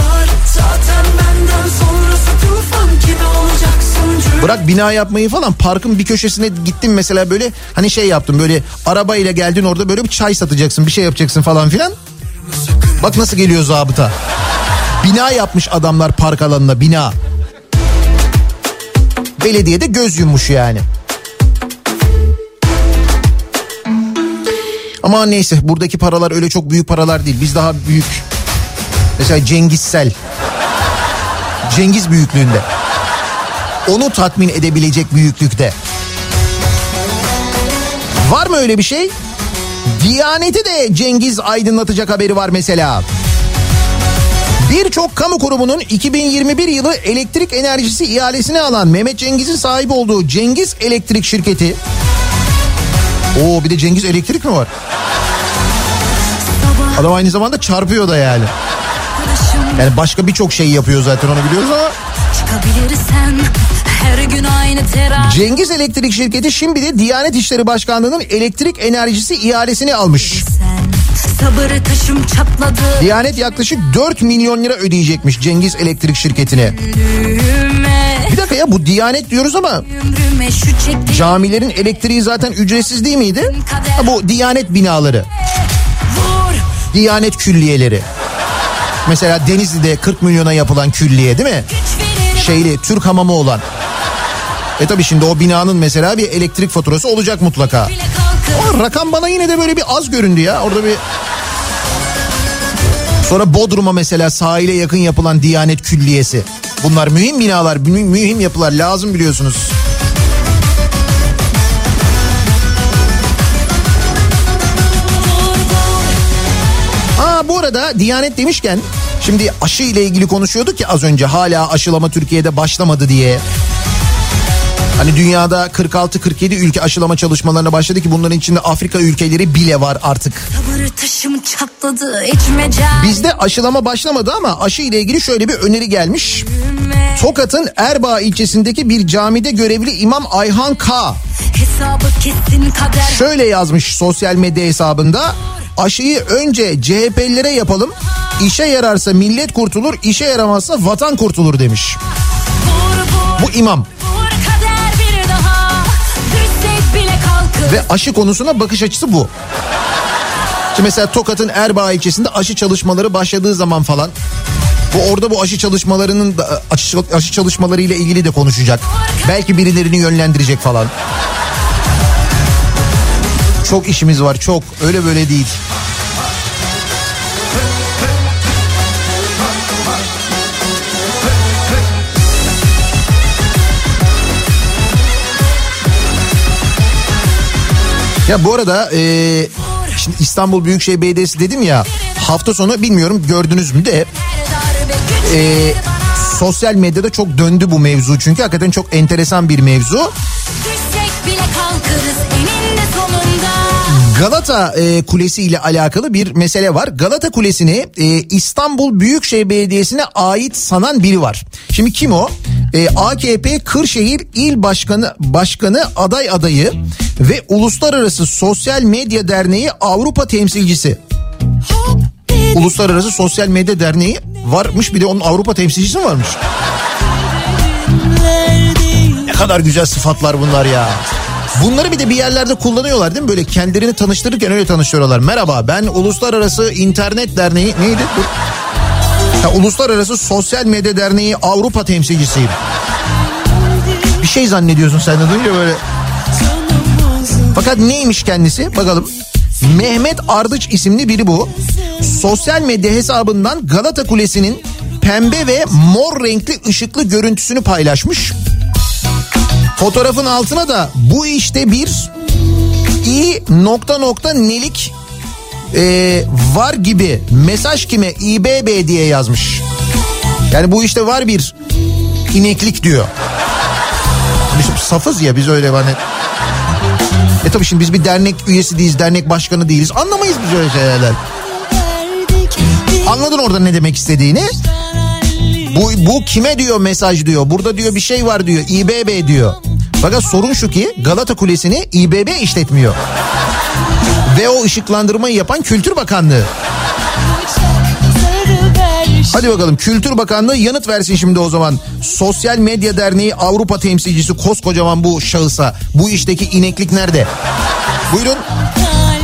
Bırak bina yapmayı falan, parkın bir köşesine gittin mesela, böyle hani şey yaptın, böyle arabayla geldin, orada böyle bir çay satacaksın, bir şey yapacaksın falan filan. Bak nasıl geliyor zabıta. Bina yapmış adamlar park alanına, bina. Belediyede göz yummuş yani. Ama neyse, buradaki paralar öyle çok büyük paralar değil. Biz daha büyük. Mesela Cengizsel. Cengiz büyüklüğünde. Onu tatmin edebilecek büyüklükte. Var mı öyle bir şey? Diyaneti de Cengiz aydınlatacak haberi var mesela. Birçok kamu kurumunun iki bin yirmi bir yılı elektrik enerjisi ihalesini alan Mehmet Cengiz'in sahibi olduğu Cengiz Elektrik şirketi. Oo, bir de Cengiz Elektrik mi var? Adam aynı zamanda çarpıyor da yani. Yani başka birçok şey yapıyor zaten, onu biliyoruz ama. Her gün aynı Cengiz Elektrik şirketi şimdi de Diyanet İşleri Başkanlığı'nın elektrik enerjisi ihalesini almış. Diyanet yaklaşık dört milyon lira ödeyecekmiş Cengiz Elektrik şirketine. Bir dakika ya, bu Diyanet diyoruz ama camilerin elektriği zaten ücretsiz değil miydi? Ha, bu Diyanet binaları. Diyanet külliyeleri. Mesela Denizli'de kırk milyona yapılan külliye değil mi? Şeyli, Türk hamamı olan. E tabii şimdi o binanın mesela bir elektrik faturası olacak mutlaka. O rakam bana yine de böyle bir az göründü ya. Orada bir... Sonra Bodrum'a mesela sahile yakın yapılan Diyanet Külliyesi. Bunlar mühim binalar, mü- mühim yapılar, lazım biliyorsunuz. Aa, bu arada Diyanet demişken, şimdi aşı ile ilgili konuşuyorduk ya az önce, hala aşılama Türkiye'de başlamadı diye. Hani dünyada kırk altı kırk yedi ülke aşılama çalışmalarına başladı ki bunların içinde Afrika ülkeleri bile var artık. Çatladı, bizde aşılama başlamadı ama aşı ile ilgili şöyle bir öneri gelmiş. Tokat'ın Erbaa ilçesindeki bir camide görevli İmam Ayhan K. şöyle yazmış sosyal medya hesabında: aşıyı önce C H P'lilere yapalım, işe yararsa millet kurtulur, işe yaramazsa vatan kurtulur demiş. Bu imam. Ve aşı konusuna bakış açısı bu. Şimdi mesela Tokat'ın Erbaa ilçesinde aşı çalışmaları başladığı zaman falan, bu orada bu aşı çalışmalarının da, aşı, aşı çalışmaları ile ilgili de konuşacak. Belki birilerini yönlendirecek falan. Çok işimiz var, çok, öyle böyle değil. Ya bu arada e, şimdi İstanbul Büyükşehir Belediyesi dedim ya, hafta sonu bilmiyorum gördünüz mü de e, sosyal medyada çok döndü bu mevzu, çünkü hakikaten çok enteresan bir mevzu. Galata e, Kulesi ile alakalı bir mesele var. Galata Kulesi'ni e, İstanbul Büyükşehir Belediyesi'ne ait sanan biri var. Şimdi kim o? E, A K P Kırşehir İl Başkanı Başkanı aday adayı ve Uluslararası Sosyal Medya Derneği Avrupa temsilcisi. Uluslararası Sosyal Medya Derneği varmış, bir de onun Avrupa temsilcisi mi varmış? Ne kadar güzel sıfatlar bunlar ya. Bunları bir de bir yerlerde kullanıyorlar değil mi? Böyle kendilerini tanıştırırken öyle tanıştırıyorlar. Merhaba, ben Uluslararası İnternet Derneği neydi? Ya, Uluslararası Sosyal Medya Derneği Avrupa temsilcisiyim. Bir şey zannediyorsun sen de duyunca böyle. Fakat neymiş kendisi? Bakalım. Mehmet Ardıç isimli biri bu. Sosyal medya hesabından Galata Kulesi'nin pembe ve mor renkli ışıklı görüntüsünü paylaşmış. Fotoğrafın altına da bu işte bir i nokta nokta nelik e, var gibi mesaj kime İ B B diye yazmış. Yani bu işte var bir ineklik diyor. Biz safız ya, biz öyle hani. E tabii şimdi biz bir dernek üyesi değiliz, dernek başkanı değiliz. Anlamayız biz öyle şeyler. Anladın orada ne demek istediğini? Bu, bu kime diyor mesaj diyor. Burada diyor bir şey var diyor. İ B B diyor. Fakat sorun şu ki Galata Kulesi'ni İ B B işletmiyor. Ve o ışıklandırmayı yapan Kültür Bakanlığı. Hadi bakalım, Kültür Bakanlığı yanıt versin şimdi o zaman. Sosyal Medya Derneği Avrupa temsilcisi koskocaman bu şahısa. Bu işteki ineklik nerede? Buyurun.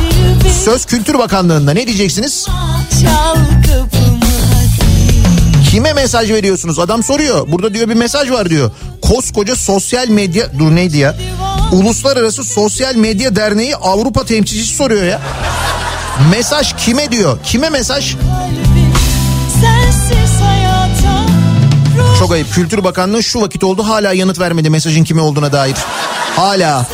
Söz Kültür Bakanlığı'nda, ne diyeceksiniz? Kime mesaj veriyorsunuz? Adam soruyor. Burada diyor bir mesaj var diyor. Koskoca sosyal medya... Dur neydi ya? Uluslararası Sosyal Medya Derneği Avrupa temsilcisi soruyor ya. Mesaj kime diyor? Kime mesaj? Çok ayıp. Kültür Bakanlığı şu vakit oldu hala yanıt vermedi mesajın kime olduğuna dair. Hala.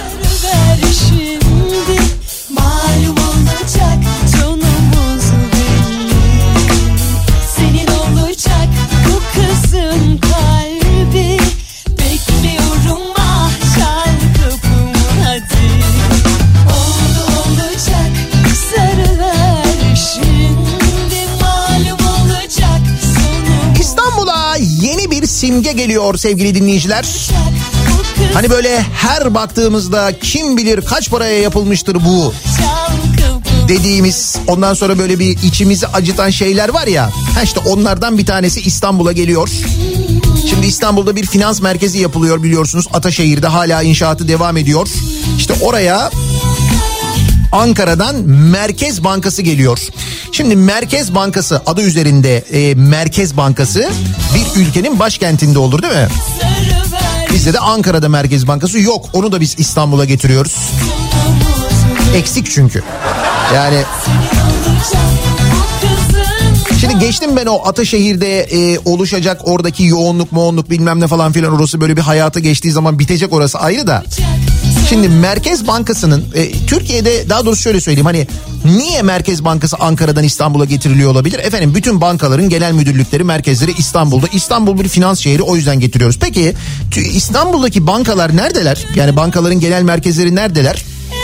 Simge geliyor sevgili dinleyiciler. Hani böyle her baktığımızda kim bilir kaç paraya yapılmıştır bu dediğimiz, ondan sonra böyle bir içimizi acıtan şeyler var ya. Ha işte onlardan bir tanesi İstanbul'a geliyor. Şimdi İstanbul'da bir finans merkezi yapılıyor biliyorsunuz. Ataşehir'de hala inşaatı devam ediyor. İşte oraya Ankara'dan Merkez Bankası geliyor. Şimdi Merkez Bankası adı üzerinde e, Merkez Bankası bir ülkenin başkentinde olur değil mi? Bizde de Ankara'da Merkez Bankası yok. Onu da biz İstanbul'a getiriyoruz. Eksik çünkü. Yani... Şimdi geçtim ben o Ataşehir'de e, oluşacak oradaki yoğunluk moğunluk bilmem ne falan filan, orası böyle bir hayata geçtiği zaman bitecek, orası ayrı da. Şimdi Merkez Bankası'nın e, Türkiye'de, daha doğrusu şöyle söyleyeyim, hani niye Merkez Bankası Ankara'dan İstanbul'a getiriliyor olabilir? Efendim bütün bankaların genel müdürlükleri, merkezleri İstanbul'da. İstanbul bir finans şehri, o yüzden getiriyoruz. Peki İstanbul'daki bankalar neredeler? Yani bankaların genel merkezleri neredeler?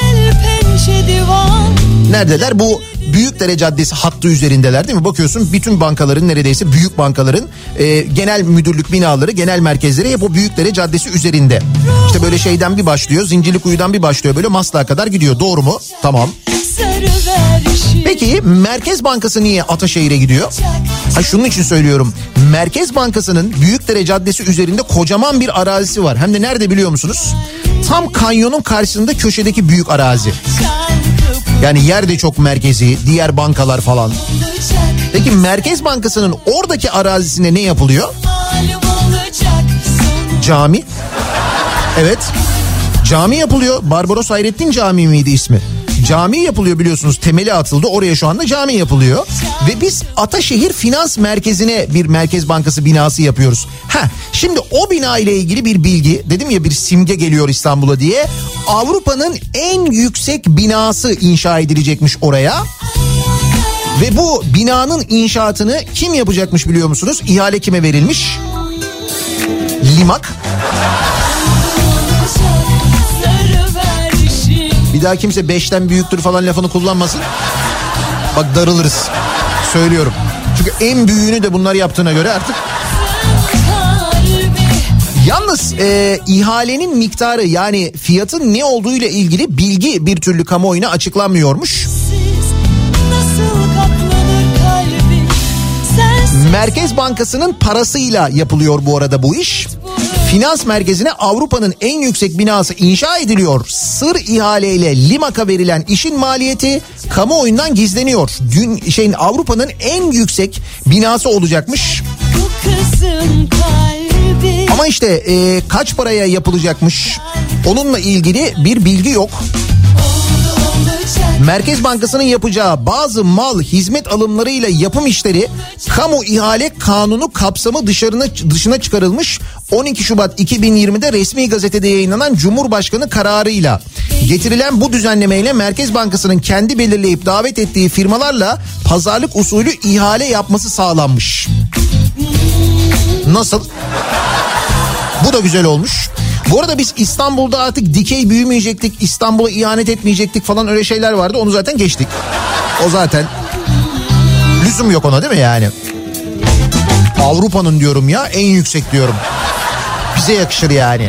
Neredeler? Bu Büyükdere Caddesi hattı üzerindeler değil mi? Bakıyorsun bütün bankaların, neredeyse büyük bankaların e, genel müdürlük binaları, genel merkezleri hep o Büyükdere Caddesi üzerinde. İşte böyle şeyden bir başlıyor, Zincirlikuyu'dan bir başlıyor, böyle Maslak'a kadar gidiyor. Doğru mu? Tamam. Peki Merkez Bankası niye Ataşehir'e gidiyor? Ha şunun için söylüyorum. Merkez Bankası'nın Büyükdere Caddesi üzerinde kocaman bir arazisi var. Hem de nerede biliyor musunuz? Tam kanyonun karşısında köşedeki büyük arazi. Yani yer de çok merkezi, diğer bankalar falan. Peki Merkez Bankası'nın oradaki arazisine ne yapılıyor? Cami. Evet. Cami yapılıyor. Barbaros Hayrettin Camii miydi ismi? Cami yapılıyor biliyorsunuz, temeli atıldı, oraya şu anda cami yapılıyor. Ve biz Ataşehir Finans Merkezi'ne bir Merkez Bankası binası yapıyoruz. Heh, şimdi o bina ile ilgili bir bilgi, dedim ya bir simge geliyor İstanbul'a diye. Avrupa'nın en yüksek binası inşa edilecekmiş oraya. Ve bu binanın inşaatını kim yapacakmış biliyor musunuz? İhale kime verilmiş? Limak. Bir daha kimse beşten büyüktür falan lafını kullanmasın. Bak darılırız. Söylüyorum. Çünkü en büyüğünü de bunlar yaptığına göre artık. Yalnız e, ihalenin miktarı, yani fiyatın ne olduğuyla ilgili bilgi bir türlü kamuoyuna açıklanmıyormuş. Merkez Bankası'nın parasıyla yapılıyor bu arada bu iş. Finans merkezine Avrupa'nın en yüksek binası inşa ediliyor. Sır ihaleyle Limak'a verilen işin maliyeti kamuoyundan gizleniyor. Dün şeyin Avrupa'nın en yüksek binası olacakmış. Ama işte e, kaç paraya yapılacakmış, onunla ilgili bir bilgi yok. Merkez Bankası'nın yapacağı bazı mal, hizmet alımlarıyla yapım işleri kamu ihale kanunu kapsamı dışarına, dışına çıkarılmış. on iki Şubat iki bin yirmide resmi gazetede yayınlanan Cumhurbaşkanı kararıyla getirilen bu düzenlemeyle Merkez Bankası'nın kendi belirleyip davet ettiği firmalarla pazarlık usulü ihale yapması sağlanmış. Nasıl? Bu da güzel olmuş. Bu arada biz İstanbul'da artık dikey büyümeyecektik, İstanbul'a ihanet etmeyecektik falan, öyle şeyler vardı. Onu zaten geçtik. O zaten lüzum yok ona değil mi yani? Avrupa'nın diyorum ya, en yüksek diyorum. Bize yakışır yani.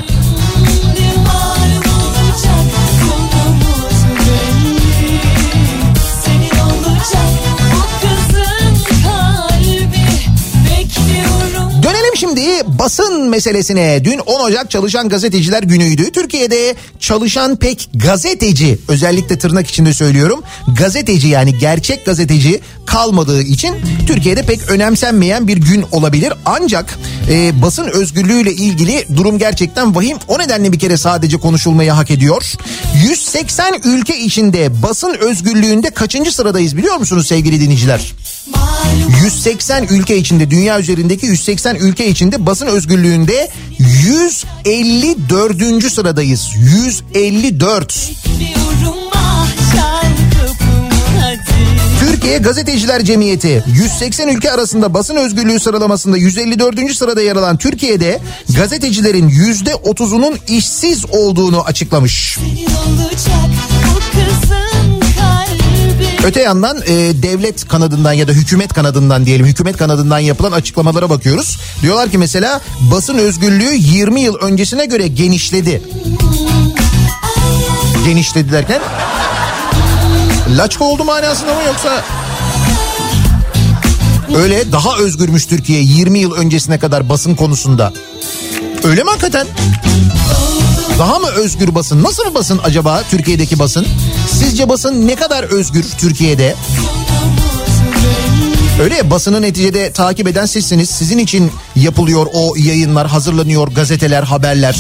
Dönelim şimdi basın meselesine. Dün on Ocak Çalışan Gazeteciler Günü'ydü. Türkiye'de çalışan pek gazeteci, özellikle tırnak içinde söylüyorum, gazeteci yani gerçek gazeteci kalmadığı için Türkiye'de pek önemsenmeyen bir gün olabilir. Ancak e, basın özgürlüğüyle ilgili durum gerçekten vahim. O nedenle bir kere sadece konuşulmayı hak ediyor. yüz seksen ülke içinde basın özgürlüğünde kaçıncı sıradayız biliyor musunuz sevgili dinleyiciler? yüz seksen ülke içinde, dünya üzerindeki yüz seksen ülke içinde basın özgürlüğünde yüz elli dördüncü sıradayız. yüz elli dört. Türkiye Gazeteciler Cemiyeti yüz seksen ülke arasında basın özgürlüğü sıralamasında yüz elli dördüncü sırada yer alan Türkiye'de gazetecilerin yüzde otuzunun işsiz olduğunu açıklamış. Öte yandan e, devlet kanadından ya da hükümet kanadından diyelim, hükümet kanadından yapılan açıklamalara bakıyoruz. Diyorlar ki mesela basın özgürlüğü yirmi yıl öncesine göre genişledi. Genişledi derken laçka oldu manasında mı yoksa öyle daha özgürmüş Türkiye yirmi yıl öncesine kadar basın konusunda? Öyle mi hakikaten? Daha mı özgür basın? Nasıl basın acaba Türkiye'deki basın? Sizce basın ne kadar özgür Türkiye'de? Öyle ya, basını neticede takip eden sizsiniz. Sizin için yapılıyor o yayınlar, hazırlanıyor gazeteler, haberler.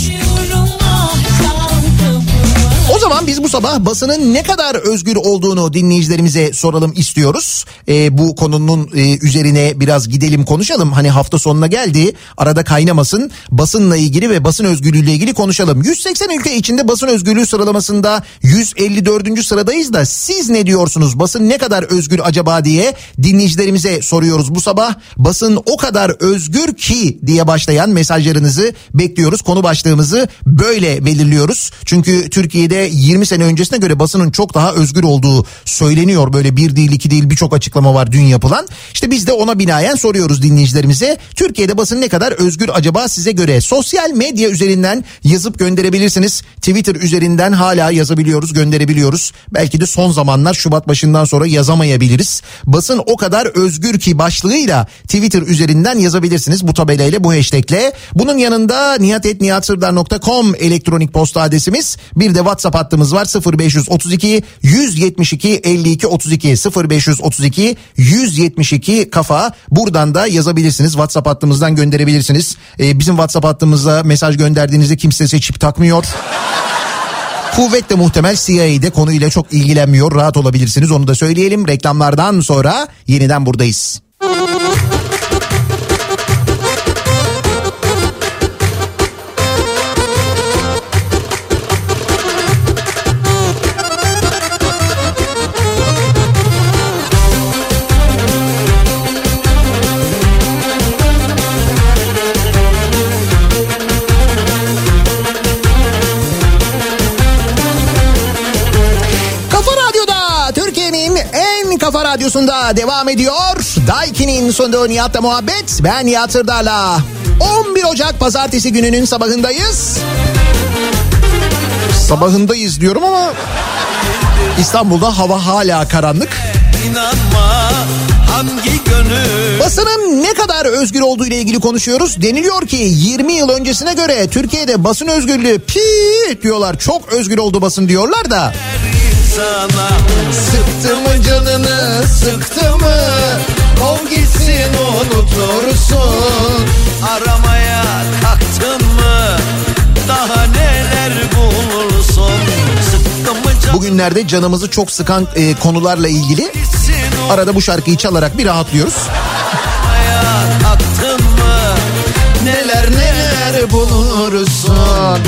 O zaman biz bu sabah basının ne kadar özgür olduğunu dinleyicilerimize soralım istiyoruz. Ee, bu konunun e, üzerine biraz gidelim, konuşalım. Hani hafta sonuna geldi, arada kaynamasın. Basınla ilgili ve basın özgürlüğüyle ilgili konuşalım. yüz seksen ülke içinde basın özgürlüğü sıralamasında yüz elli dördüncü sıradayız da siz ne diyorsunuz? Basın ne kadar özgür acaba diye dinleyicilerimize soruyoruz bu sabah. Basın o kadar özgür ki diye başlayan mesajlarınızı bekliyoruz. Konu başlığımızı böyle belirliyoruz. Çünkü Türkiye'de yirmi sene öncesine göre basının çok daha özgür olduğu söyleniyor. Böyle bir değil iki değil birçok açıklama var dün yapılan. İşte biz de ona binaen soruyoruz dinleyicilerimize. Türkiye'de basın ne kadar özgür acaba size göre? Sosyal medya üzerinden yazıp gönderebilirsiniz. Twitter üzerinden hala yazabiliyoruz, gönderebiliyoruz. Belki de son zamanlar Şubat başından sonra yazamayabiliriz. Basın o kadar özgür ki başlığıyla Twitter üzerinden yazabilirsiniz bu tabelayla, bu hashtagle. Bunun yanında nihat et nihat sırdar nokta com elektronik posta adresimiz. Bir de WhatsApp hattımız var, sıfır beş otuz iki yüz yetmiş iki elli iki otuz iki sıfır beş otuz iki yüz yetmiş iki kafa. Buradan da yazabilirsiniz, WhatsApp hattımızdan gönderebilirsiniz. Ee, bizim WhatsApp hattımıza mesaj gönderdiğinizde kimse size çip takmıyor. Kuvvetle muhtemel C I A'de konuyla çok ilgilenmiyor, rahat olabilirsiniz, onu da söyleyelim. Reklamlardan sonra yeniden buradayız. Kafa Radyosu'nda devam ediyor. Daiki'nin sonunda Nihat'la muhabbet. Ben Nihat Sırdar'la. on bir Ocak Pazartesi gününün sabahındayız. Sabahındayız diyorum ama İstanbul'da hava hala karanlık. İnanma, hangi gönül... Basının ne kadar özgür olduğu ile ilgili konuşuyoruz. Deniliyor ki yirmi yıl öncesine göre Türkiye'de basın özgürlüğü pi diyorlar. Çok özgür oldu basın diyorlar da. Sana sıktı mı canını, sıktı mı? Kov gitsin unutursun. Aramaya kalktın mı? Daha neler bulursun? Bugünlerde canımızı çok sıkan e, konularla ilgili arada bu şarkıyı çalarak bir rahatlıyoruz. Kalktın mı? Neler neler bulursun.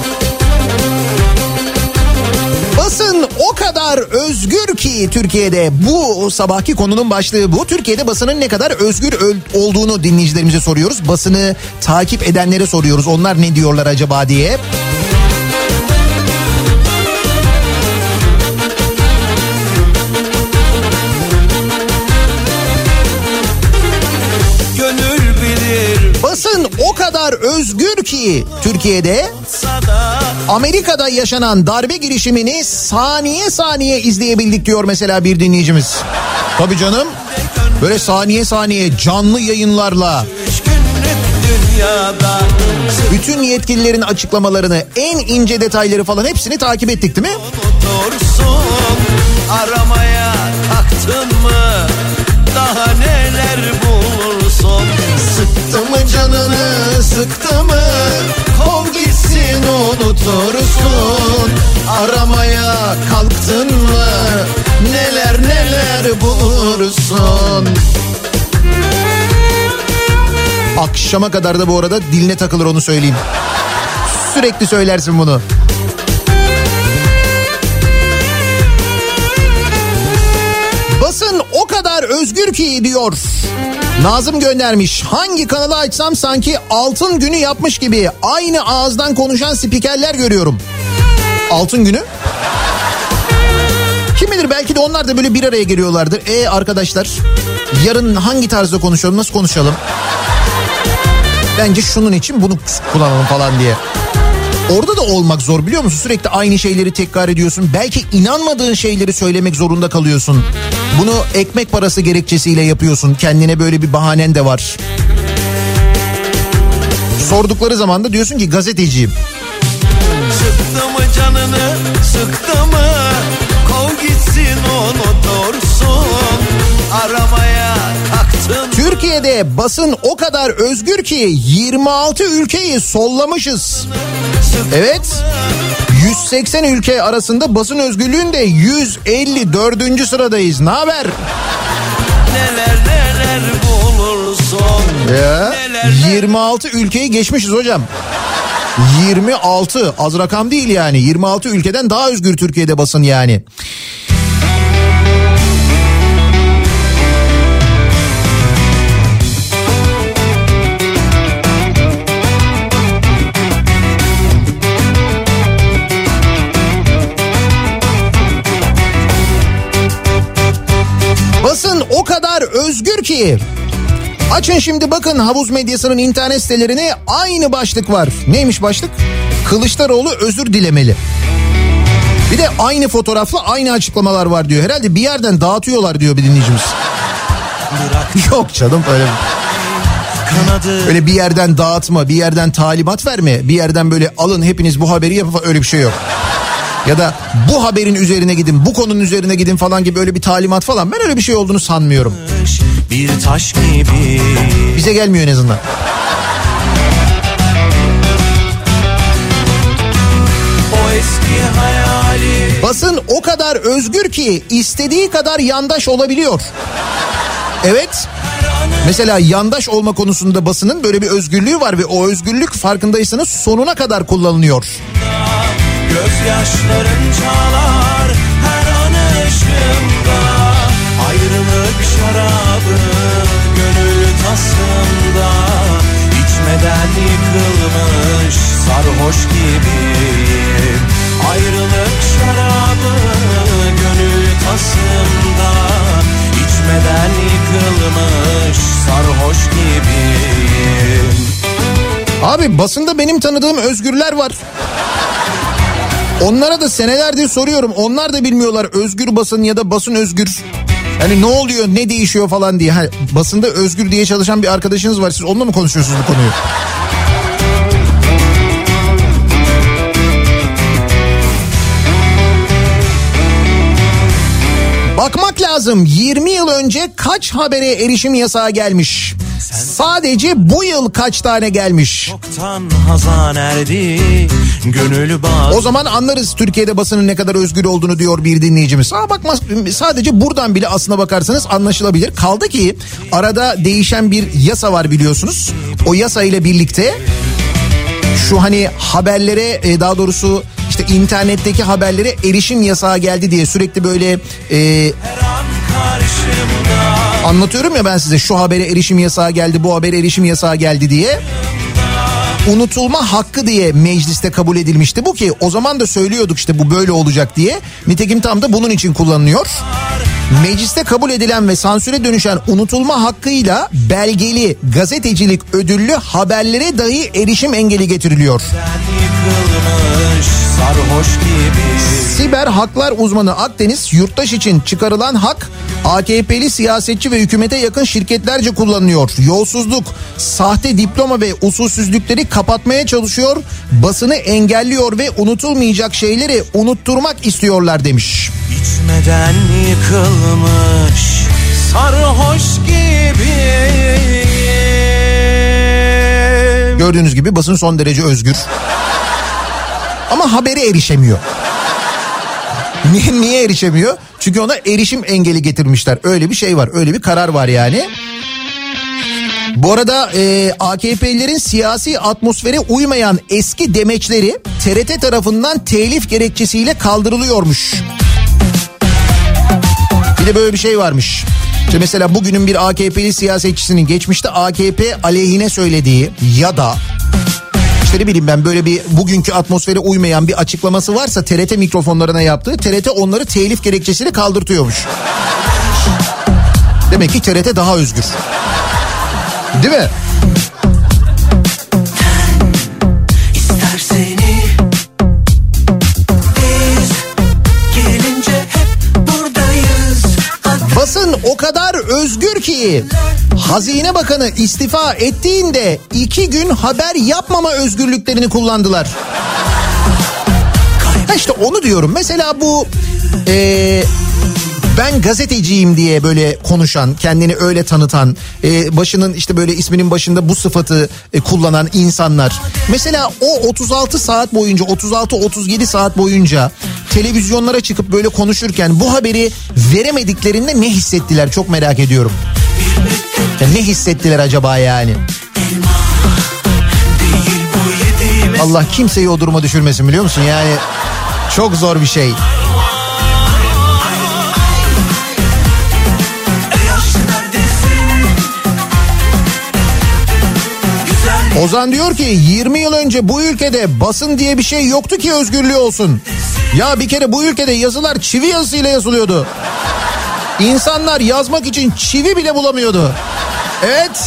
Basın o kadar özgür ki Türkiye'de, bu sabahki konunun başlığı bu. Türkiye'de basının ne kadar özgür olduğunu dinleyicilerimize soruyoruz. Basını takip edenlere soruyoruz. Onlar ne diyorlar acaba diye. Basın o kadar özgür ki Türkiye'de Amerika'da yaşanan darbe girişimini saniye saniye izleyebildik diyor mesela bir dinleyicimiz. Tabii canım, böyle saniye saniye canlı yayınlarla dünyada. Bütün yetkililerin açıklamalarını, en ince detayları falan hepsini takip ettik değil mi? Unutursun, aramaya kalktın mı? Daha neler bulursun? Sıktı mı canını, sıktı mı? Kov gitsin unutursun. Aramaya kalktın mı? Neler neler bulursun. Akşama kadar da bu arada diline takılır, onu söyleyeyim. Sürekli söylersin bunu. Basın o kadar özgür ki diyor. Nazım göndermiş. Hangi kanalı açsam sanki altın günü yapmış gibi aynı ağızdan konuşan spikerler görüyorum. Altın günü? Kim bilir, belki de onlar da böyle bir araya geliyorlardır. E arkadaşlar, yarın hangi tarzda konuşalım, nasıl konuşalım? Bence şunun için bunu kullanalım falan diye. Orada da olmak zor, biliyor musun? Sürekli aynı şeyleri tekrar ediyorsun. Belki inanmadığın şeyleri söylemek zorunda kalıyorsun. Bunu ekmek parası gerekçesiyle yapıyorsun. Kendine böyle bir bahanen de var. Sordukları zaman da diyorsun ki gazeteciyim. Sıktı mı canını, sıktı mı? Kov gitsin unutursun. Aramaya kalktın. Türkiye'de basın o kadar özgür ki yirmi altı ülkeyi sollamışız. Evet. yüz seksen ülke arasında basın özgürlüğünde yüz elli dördüncü sıradayız. Ne haber? Neler neler bulursun. Ya, neler yirmi altı ülkeyi geçmişiz hocam. yirmi altı az rakam değil yani. yirmi altı ülkeden daha özgür Türkiye'de basın yani. Basın o kadar özgür ki. Açın şimdi bakın havuz medyasının internet sitelerine, aynı başlık var. Neymiş başlık? Kılıçdaroğlu özür dilemeli. Bir de aynı fotoğrafla aynı açıklamalar var diyor. Herhalde bir yerden dağıtıyorlar diyor bir dinleyicimiz. Yok canım, öyle öyle bir yerden dağıtma, bir yerden talimat verme, bir yerden böyle alın hepiniz bu haberi yapın, öyle bir şey yok. Ya da bu haberin üzerine gidin, bu konunun üzerine gidin falan gibi öyle bir talimat falan, ben öyle bir şey olduğunu sanmıyorum. Bir taş gibi. Bize gelmiyor en azından. O eski hayali. Basın o kadar özgür ki istediği kadar yandaş olabiliyor. Evet. Mesela yandaş olma konusunda basının böyle bir özgürlüğü var ve o özgürlük farkındaysanız sonuna kadar kullanılıyor. Gözyaşların çalar her an aşkımda. Ayrılık şarabı gönül tasımda. İçmeden yıkılmış sarhoş gibiyim. Ayrılık şarabı gönül tasımda. İçmeden yıkılmış sarhoş gibiyim. Abi basında benim tanıdığım özgürler var. Onlara da senelerdir soruyorum. Onlar da bilmiyorlar özgür basın ya da basın özgür. Yani ne oluyor, ne değişiyor falan diye. Ha, basında özgür diye çalışan bir arkadaşınız var. Siz onunla mı konuşuyorsunuz bu konuyu? Bakmak lazım. yirmi yıl önce kaç habere erişim yasağı gelmiş? Sadece bu yıl kaç tane gelmiş? Çoktan hazan erdi, gönül bağ. O zaman anlarız Türkiye'de basının ne kadar özgür olduğunu diyor bir dinleyicimiz. Aa bakmaz, sadece buradan bile aslına bakarsanız anlaşılabilir. Kaldı ki arada değişen bir yasa var biliyorsunuz. O yasa ile birlikte şu hani haberlere, daha doğrusu işte internetteki haberlere erişim yasağı geldi diye sürekli böyle e, anlatıyorum ya ben size, şu habere erişim yasağı geldi, bu habere erişim yasağı geldi diye. Unutulma hakkı diye mecliste kabul edilmişti bu, ki o zaman da söylüyorduk işte bu böyle olacak diye. Nitekim tam da bunun için kullanılıyor. Mecliste kabul edilen ve sansüre dönüşen unutulma hakkıyla belgeli gazetecilik ödüllü haberlere dahi erişim engeli getiriliyor. Yıkılmış sarhoş gibi. Siber haklar uzmanı Akdeniz, yurttaş için çıkarılan hak A K P'li siyasetçi ve hükümete yakın şirketlerce kullanılıyor. Yolsuzluk, sahte diploma ve usulsüzlükleri kapatmaya çalışıyor. Basını engelliyor ve unutulmayacak şeyleri unutturmak istiyorlar demiş. İçmeden yıkılmış sarhoş gibi. Gördüğünüz gibi basın son derece özgür. Ama habere erişemiyor. Niye, niye erişemiyor? Çünkü ona erişim engeli getirmişler. Öyle bir şey var. Öyle bir karar var yani. Bu arada e, A K P'lilerin siyasi atmosfere uymayan eski demeçleri T R T tarafından telif gerekçesiyle kaldırılıyormuş. Bir de böyle bir şey varmış. İşte mesela bugünün bir A K P'li siyasetçisinin geçmişte A K P aleyhine söylediği ya da işte ne bileyim ben böyle bir bugünkü atmosfere uymayan bir açıklaması varsa T R T mikrofonlarına yaptığı, T R T onları telif gerekçesiyle kaldırtıyormuş. Demek ki T R T daha özgür. Değil mi? Basın o kadar özgür ki Hazine Bakanı istifa ettiğinde iki gün haber yapmama özgürlüklerini kullandılar. Ha işte onu diyorum. Mesela bu ee, ben gazeteciyim diye böyle konuşan, kendini öyle tanıtan, e, başının işte böyle isminin başında bu sıfatı e, kullanan insanlar. Mesela o otuz altı saat boyunca, otuz altı otuz yedi saat boyunca televizyonlara çıkıp böyle konuşurken bu haberi veremediklerinde ne hissettiler çok merak ediyorum. Ya ne hissettiler acaba yani? Allah kimseyi o duruma düşürmesin, biliyor musun? Yani çok zor bir şey. Ozan diyor ki yirmi yıl önce bu ülkede basın diye bir şey yoktu ki özgürlüğü olsun. Ya bir kere bu ülkede yazılar çivi yazısıyla yazılıyordu. İnsanlar yazmak için çivi bile bulamıyordu. Evet.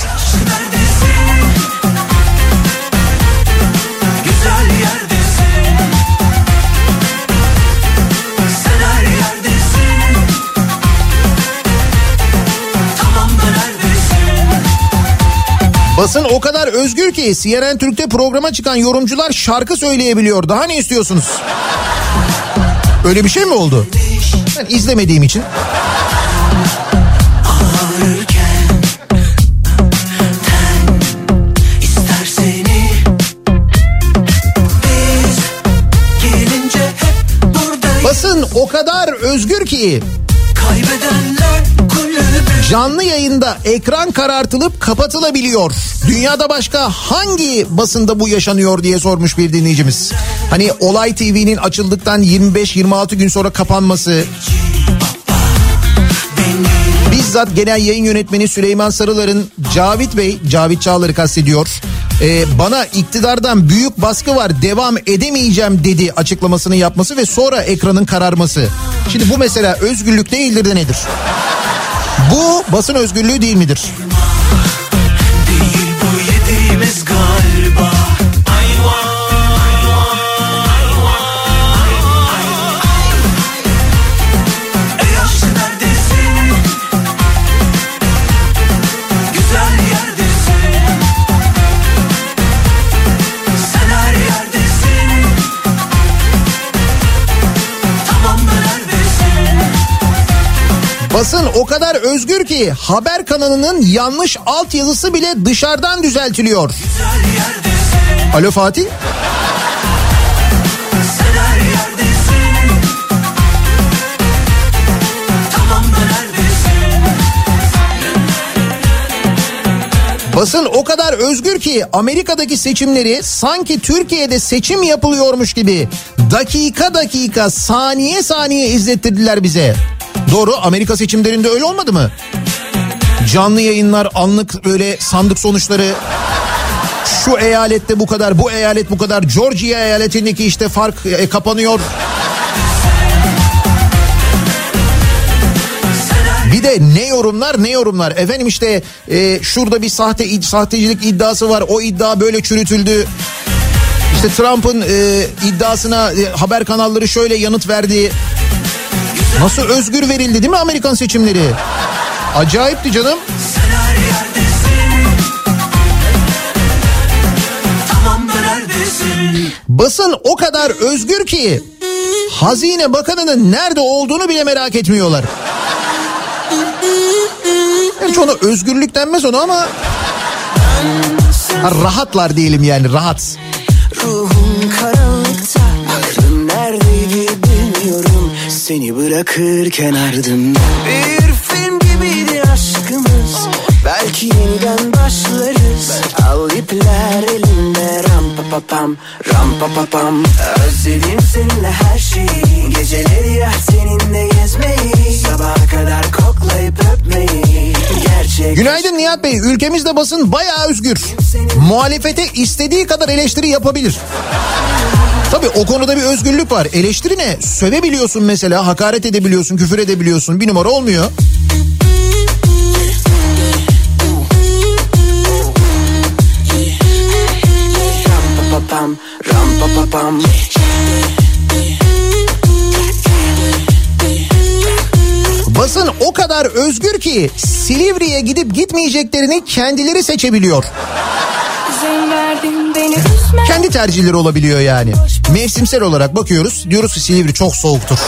Basın o kadar özgür ki C N N Türk'te programa çıkan yorumcular şarkı söyleyebiliyor. Daha ne istiyorsunuz? Öyle bir şey mi oldu? Ben izlemediğim için. Basın o kadar özgür ki canlı yayında ekran karartılıp kapatılabiliyor. Dünyada başka hangi basında bu yaşanıyor diye sormuş bir dinleyicimiz. Hani Olay T V'nin açıldıktan yirmi beş yirmi altı gün sonra kapanması. Bizzat genel yayın yönetmeni Süleyman Sarılar'ın Cavit Bey, Cavit Çağlar'ı kastediyor. Ee, bana iktidardan büyük baskı var, devam edemeyeceğim dedi açıklamasını yapması ve sonra ekranın kararması. Şimdi bu mesela özgürlük değildir de nedir? Bu basın özgürlüğü değil midir? Değil bu yediğimiz galiba. Basın o kadar özgür ki haber kanalının yanlış altyazısı bile dışarıdan düzeltiliyor. Alo Fatih? Basın o kadar özgür ki Amerika'daki seçimleri sanki Türkiye'de seçim yapılıyormuş gibi dakika dakika, saniye saniye izlettirdiler bize. Doğru, Amerika seçimlerinde öyle olmadı mı? Canlı yayınlar, anlık böyle sandık sonuçları, şu eyalette bu kadar, bu eyalet bu kadar, Georgia eyaletindeki işte fark e, kapanıyor. Bir de ne yorumlar ne yorumlar efendim, işte e, şurada bir sahte sahtecilik iddiası var, o iddia böyle çürütüldü. İşte Trump'ın e, iddiasına e, haber kanalları şöyle yanıt verdi. Nasıl özgür verildi değil mi Amerikan seçimleri? Acayipti canım. Basın o kadar özgür ki Hazine Bakanı'nın nerede olduğunu bile merak etmiyorlar. Gerçi ona özgürlük denmez ona ama ha, rahatlar diyelim yani, rahat. Ruhum karanlıkta, aklım neredeydi bilmiyorum. Seni bırakırken ardımda bir film gibiydi aşkımız. Belki yeniden başlarız. Al ipler elimde, ram pa pa pam, ram pa pa pam. Özledim seninle her şeyi, geceleri ya seninle gezmeyi, sabaha kadar koklayıp öpmeyi. Gerçek. Günaydın Nihat Bey, ülkemizde basın bayağı özgür. Muhalefete istediği kadar eleştiri yapabilir. Tabii o konuda bir özgürlük var. Eleştiri ne? Sövebiliyorsun mesela, hakaret edebiliyorsun, küfür edebiliyorsun. Bir numara olmuyor. Pam, ram pa pa pam. Basın o kadar özgür ki Silivri'ye gidip gitmeyeceklerini kendileri seçebiliyor. Kendi tercihleri olabiliyor yani. Mevsimsel olarak bakıyoruz, diyoruz ki Silivri çok soğuktur.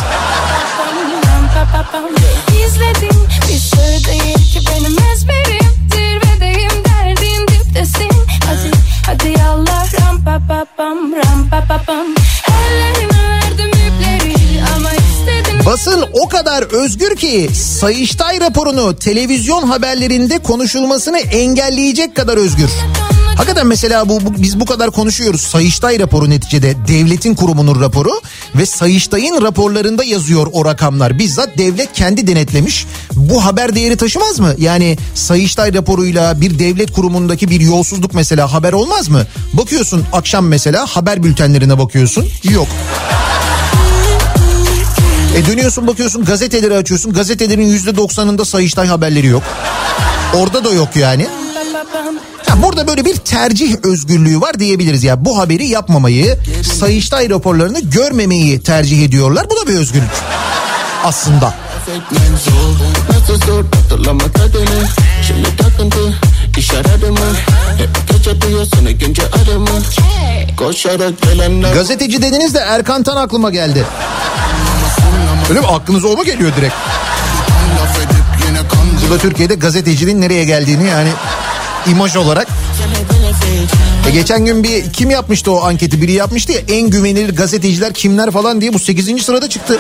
İzledim bir şey değil ki benim ezberim, zirvedeyim derdim diptesin. Hadi hadi Allah, ram pa pa pam, ram pa pa pam. Ellerime verdim ipleri ama istedim. Basın o kadar özgür ki Sayıştay raporunu televizyon haberlerinde konuşulmasını engelleyecek kadar özgür. Hakikaten mesela bu, bu biz bu kadar konuşuyoruz. Sayıştay raporu neticede devletin kurumunun raporu ve Sayıştay'ın raporlarında yazıyor o rakamlar. Bizzat devlet kendi denetlemiş. Bu haber değeri taşımaz mı? Yani Sayıştay raporuyla bir devlet kurumundaki bir yolsuzluk mesela haber olmaz mı? Bakıyorsun akşam mesela haber bültenlerine bakıyorsun. Yok. E dönüyorsun bakıyorsun gazeteleri açıyorsun. Gazetelerin yüzde doksanında Sayıştay haberleri yok. Orada da yok yani. Ha, burada böyle bir tercih özgürlüğü var diyebiliriz ya. Bu haberi yapmamayı, Sayıştay raporlarını görmemeyi tercih ediyorlar. Bu da bir özgürlük aslında. Gazeteci dediniz de Erkan Tan aklıma geldi. Öyle mi? Aklınıza o mu geliyor direkt? Bu da Türkiye'de gazetecinin nereye geldiğini yani imaj olarak. E geçen gün bir kim yapmıştı o anketi? Biri yapmıştı ya, en güvenilir gazeteciler kimler falan diye, bu sekizinci sırada çıktı.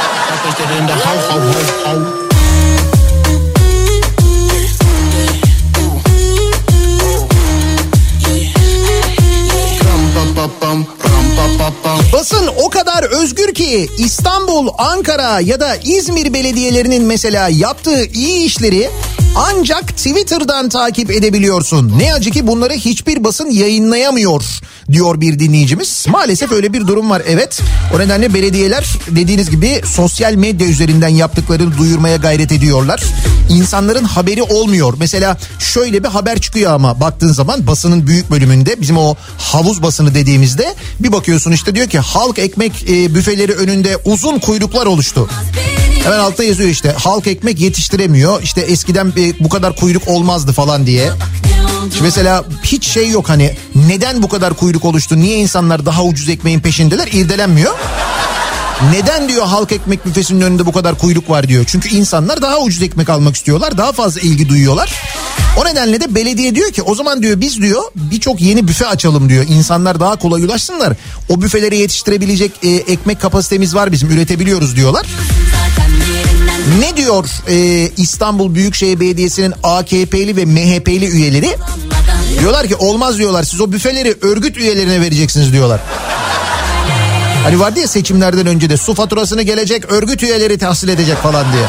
Basın o kadar özgür ki İstanbul, Ankara ya da İzmir belediyelerinin mesela yaptığı iyi işleri ancak Twitter'dan takip edebiliyorsun. Ne acı ki bunları hiçbir basın yayınlayamıyor diyor bir dinleyicimiz. Maalesef öyle bir durum var, evet. O nedenle belediyeler dediğiniz gibi sosyal medya üzerinden yaptıklarını duyurmaya gayret ediyorlar. İnsanların haberi olmuyor. Mesela şöyle bir haber çıkıyor ama baktığın zaman basının büyük bölümünde, bizim o havuz basını dediğimizde bir bakıyorsun işte diyor ki halk ekmek e, büfeleri önünde uzun kuyruklar oluştu. Hemen altta yazıyor işte halk ekmek yetiştiremiyor. İşte eskiden bu kadar kuyruk olmazdı falan diye. Şimdi mesela hiç şey yok, hani neden bu kadar kuyruk oluştu? Niye insanlar daha ucuz ekmeğin peşindeler? İrdelenmiyor. Neden diyor halk ekmek büfesinin önünde bu kadar kuyruk var diyor. Çünkü insanlar daha ucuz ekmek almak istiyorlar. Daha fazla ilgi duyuyorlar. O nedenle de belediye diyor ki o zaman diyor biz diyor birçok yeni büfe açalım diyor. İnsanlar daha kolay ulaşsınlar. O büfelere yetiştirebilecek e, ekmek kapasitemiz var bizim, üretebiliyoruz diyorlar. Ne diyor e, İstanbul Büyükşehir Belediyesi'nin A K P'li ve M H P'li üyeleri? Diyorlar ki olmaz diyorlar, siz o büfeleri örgüt üyelerine vereceksiniz diyorlar. Hani vardı ya seçimlerden önce de su faturasını gelecek örgüt üyeleri tahsil edecek falan diye.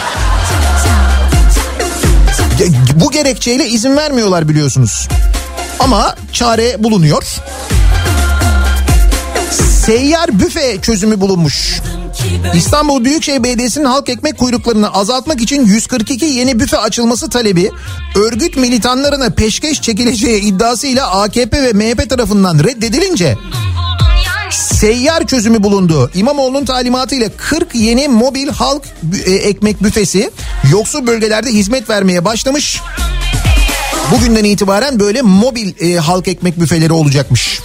Bu gerekçeyle izin vermiyorlar biliyorsunuz. Ama çare bulunuyor. Seyyar büfe çözümü bulunmuş. İstanbul Büyükşehir Belediyesi'nin halk ekmek kuyruklarını azaltmak için yüz kırk iki yeni büfe açılması talebi örgüt militanlarına peşkeş çekileceği iddiasıyla A K P ve M H P tarafından reddedilince seyyar çözümü bulundu. İmamoğlu'nun talimatıyla kırk yeni mobil halk e, ekmek büfesi yoksul bölgelerde hizmet vermeye başlamış. Bugünden itibaren böyle mobil e, halk ekmek büfeleri olacakmış.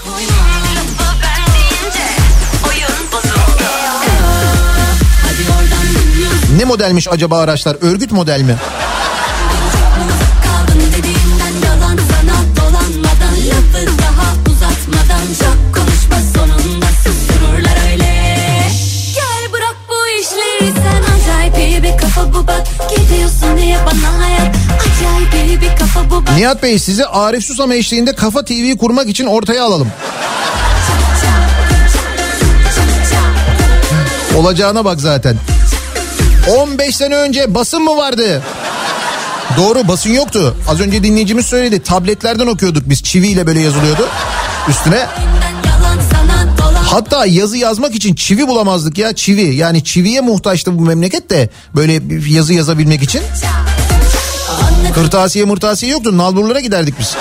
Ne modelmiş acaba araçlar? Örgüt model mi? Nihat Bey, sizi Arif Susam eşliğinde Kafa T V kurmak için ortaya alalım. Olacağına bak zaten. on beş sene önce basın mı vardı? Doğru, basın yoktu. Az önce dinleyicimiz söyledi. Tabletlerden okuyorduk biz. Çiviyle böyle yazılıyordu üstüne. Hatta yazı yazmak için çivi bulamazdık ya, çivi. Yani çiviye muhtaçtı bu memleket de böyle bir yazı yazabilmek için. Kırtasiye mırtasiye yoktu. Nalburlara giderdik biz.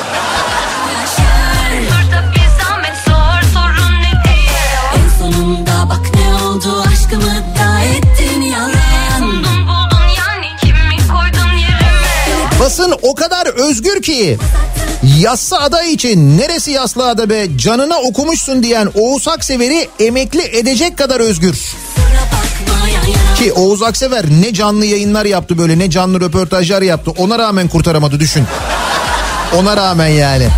En sonunda bak ne oldu, aşkımı da ettin yalan. Buldun buldun yani kimi koydun yerime. Basın o kadar özgür ki yassı aday için neresi yaslı ada be, canına okumuşsun diyen Oğuz Aksever'i emekli edecek kadar özgür. Ki Oğuz Aksever ne canlı yayınlar yaptı böyle, ne canlı röportajlar yaptı, ona rağmen kurtaramadı, düşün. Ona rağmen yani.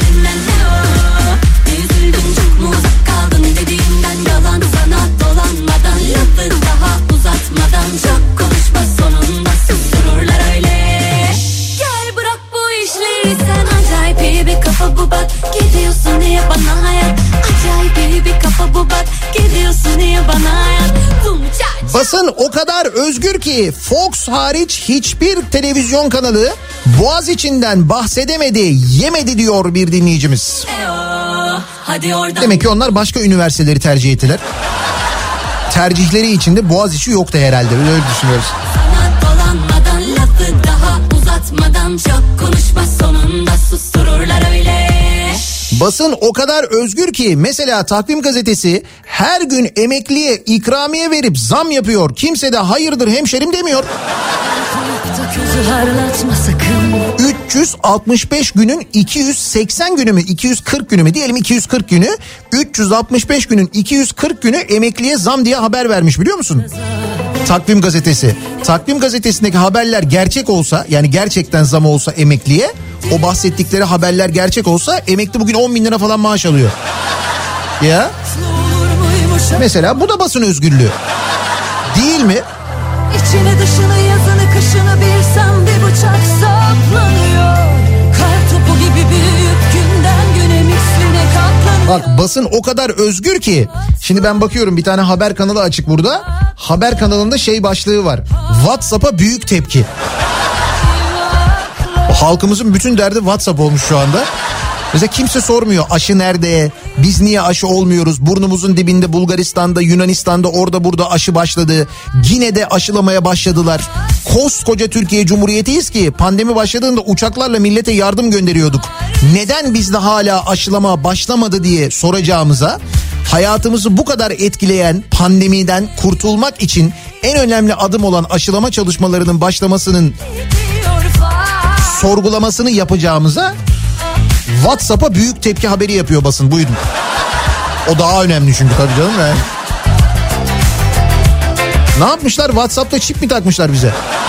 Bu bak gidiyorsun niye bana hayat, acayip bir kafa bu bak gidiyorsun niye bana hayat. Basın o kadar özgür ki Fox hariç hiçbir televizyon kanalı Boğaziçi'nden bahsedemedi, yemedi diyor bir dinleyicimiz. Demek ki onlar başka üniversiteleri tercih ettiler. Tercihleri içinde Boğaziçi yoktu herhalde, öyle düşünüyoruz. Dolanmadan lafı daha uzatmadan çok konuşma, sonunda sustururlar öyle. Basın o kadar özgür ki mesela Takvim Gazetesi her gün emekliye ikramiye verip zam yapıyor. Kimse de hayırdır hemşerim demiyor. üç yüz altmış beş günün iki yüz seksen günü mü iki yüz kırk günü mü diyelim, iki yüz kırk günü, üç yüz altmış beş günün iki yüz kırk günü emekliye zam diye haber vermiş, biliyor musun? Takvim Gazetesi. Takvim Gazetesi'ndeki haberler gerçek olsa, yani gerçekten zam olsa emekliye, o bahsettikleri haberler gerçek olsa emekli bugün on bin lira falan maaş alıyor. Ya. Mesela bu da basın özgürlüğü. Değil mi? İçini dışını yazını kışını bilsem bir bıçak saplanıyor. Kar topu gibi büyüyüp günden güne misline katlanıyor. Bak basın o kadar özgür ki. Şimdi ben bakıyorum, bir tane haber kanalı açık burada. Haber kanalında şey başlığı var. WhatsApp'a büyük tepki. Halkımızın bütün derdi WhatsApp olmuş şu anda. Mesela kimse sormuyor aşı nerede, biz niye aşı olmuyoruz, burnumuzun dibinde Bulgaristan'da, Yunanistan'da, orada burada aşı başladı. Yine de aşılamaya başladılar. Koskoca Türkiye Cumhuriyetiyiz ki pandemi başladığında uçaklarla millete yardım gönderiyorduk. Neden bizde hala aşılama başlamadı diye soracağımıza, hayatımızı bu kadar etkileyen pandemiden kurtulmak için en önemli adım olan aşılama çalışmalarının başlamasının sorgulamasını yapacağımıza WhatsApp'a büyük tepki haberi yapıyor basın, buyurun. O daha önemli çünkü, tabii canım yani. Ne yapmışlar, WhatsApp'ta çip mi takmışlar bize?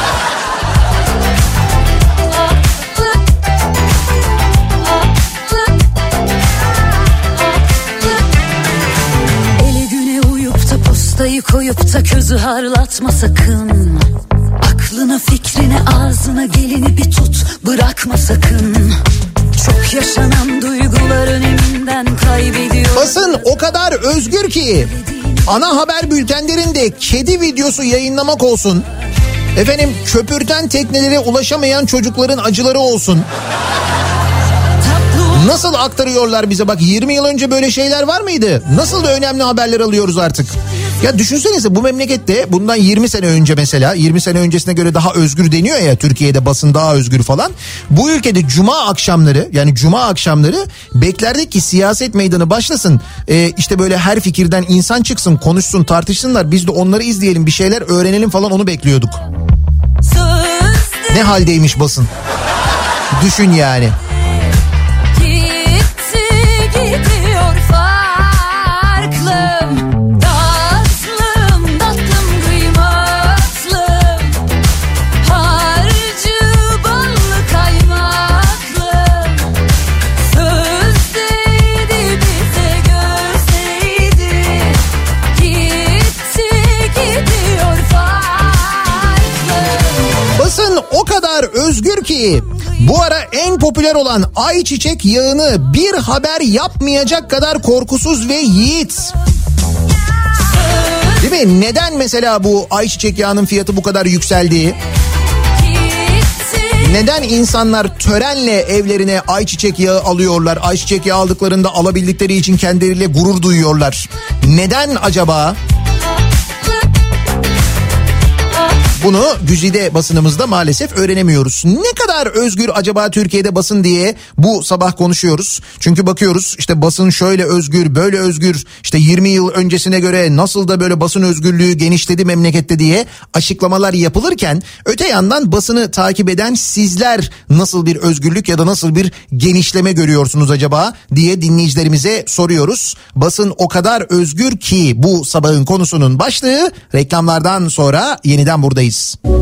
Eli güne uyup da postayı koyup da közü harlatma sakın. Aklına fikrine ağzına geleni bir tut, bırakma sakın. Çok yaşanan duygular öneminden kaybediyor. Basın o kadar özgür ki ana haber bültenlerinde kedi videosu yayınlamak olsun, efendim köpürten teknelere ulaşamayan çocukların acıları olsun, Nasıl aktarıyorlar bize? Bak yirmi yıl önce böyle şeyler var mıydı? Nasıl da önemli haberler alıyoruz artık. Ya düşünsenize, bu memlekette bundan yirmi sene önce, mesela yirmi sene öncesine göre daha özgür deniyor ya, Türkiye'de basın daha özgür falan. Bu ülkede cuma akşamları, yani cuma akşamları beklerdik ki siyaset meydanı başlasın. Ee, işte böyle her fikirden insan çıksın, konuşsun, tartışsınlar. Biz de onları izleyelim, bir şeyler öğrenelim falan, onu bekliyorduk. Ne haldeymiş basın. Düşün yani. O kadar özgür ki bu ara en popüler olan ayçiçek yağını bir haber yapmayacak kadar korkusuz ve yiğit. Değil mi? Neden mesela bu ayçiçek yağının fiyatı bu kadar yükseldi? Neden insanlar törenle evlerine ayçiçek yağı alıyorlar? Ayçiçek yağı aldıklarında alabildikleri için kendileriyle gurur duyuyorlar. Neden acaba? Bunu güzide basınımızda maalesef öğrenemiyoruz. Ne kadar özgür acaba Türkiye'de basın diye bu sabah konuşuyoruz. Çünkü bakıyoruz işte basın şöyle özgür, böyle özgür. İşte yirmi yıl öncesine göre nasıl da böyle basın özgürlüğü genişledi memlekette diye açıklamalar yapılırken, öte yandan basını takip eden sizler nasıl bir özgürlük ya da nasıl bir genişleme görüyorsunuz acaba diye dinleyicilerimize soruyoruz. Basın o kadar özgür ki bu sabahın konusunun başlığı. Reklamlardan sonra yeniden buradayız.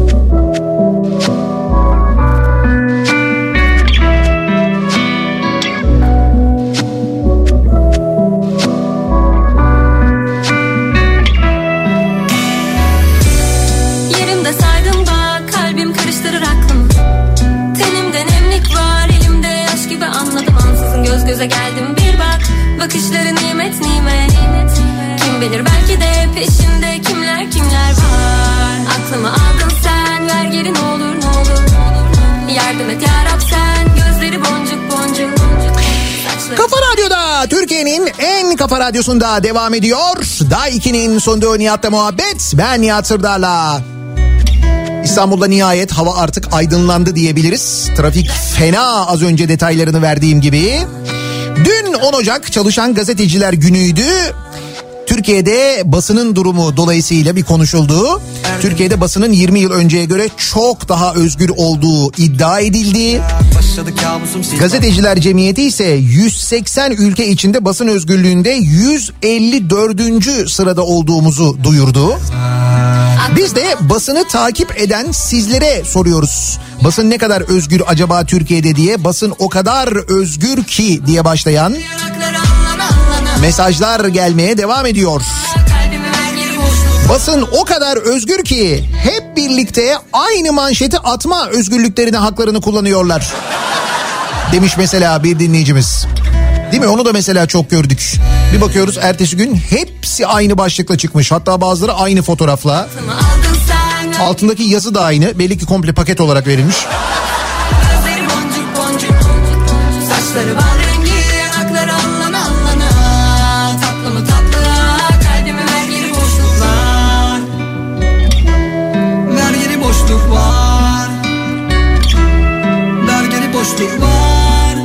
Yerimde saydım bak, kalbim karıştırır aklım. Tenimde nemlik var, elimde yaş gibi anladım. Ansızın göz göze geldim, bir bak, bakışları nimet nimet. Kim bilir belki de peşinde kimler kimler var. Aklımı aldın sen, ver geri ne olur ne olur. Yardım et yarab sen, gözleri boncuk boncuk. Saçları... Kafa Radyo'da, Türkiye'nin en kafa radyosunda devam ediyor. Day iki'nin sunduğu Nihat'la muhabbet. Ben Nihat Sırdar'la. İstanbul'da nihayet hava artık aydınlandı diyebiliriz. Trafik fena, az önce detaylarını verdiğim gibi. Dün on Ocak Çalışan Gazeteciler Günü'ydü. Türkiye'de basının durumu dolayısıyla bir konuşuldu. Türkiye'de basının yirmi yıl önceye göre çok daha özgür olduğu iddia edildi. Gazeteciler Cemiyeti ise yüz seksen ülke içinde basın özgürlüğünde yüz elli dördüncü sırada olduğumuzu duyurdu. Biz de basını takip eden sizlere soruyoruz. Basın ne kadar özgür acaba Türkiye'de diye. Basın o kadar özgür ki diye başlayan mesajlar gelmeye devam ediyor. Basın o kadar özgür ki hep birlikte aynı manşeti atma özgürlüklerini, haklarını kullanıyorlar. Demiş mesela bir dinleyicimiz. Değil mi? Onu da mesela çok gördük. Bir bakıyoruz ertesi gün hepsi aynı başlıkla çıkmış. Hatta bazıları aynı fotoğrafla. Altındaki yazı da aynı. Belli ki komple paket olarak verilmiş. Gözleri boncuk boncuk, saçları bal rengi, yanakları allana allana. Tatlı mı tatlı, kalbime ver geri boşluk var. Ver geri boşluk var. Ver geri boşluk var.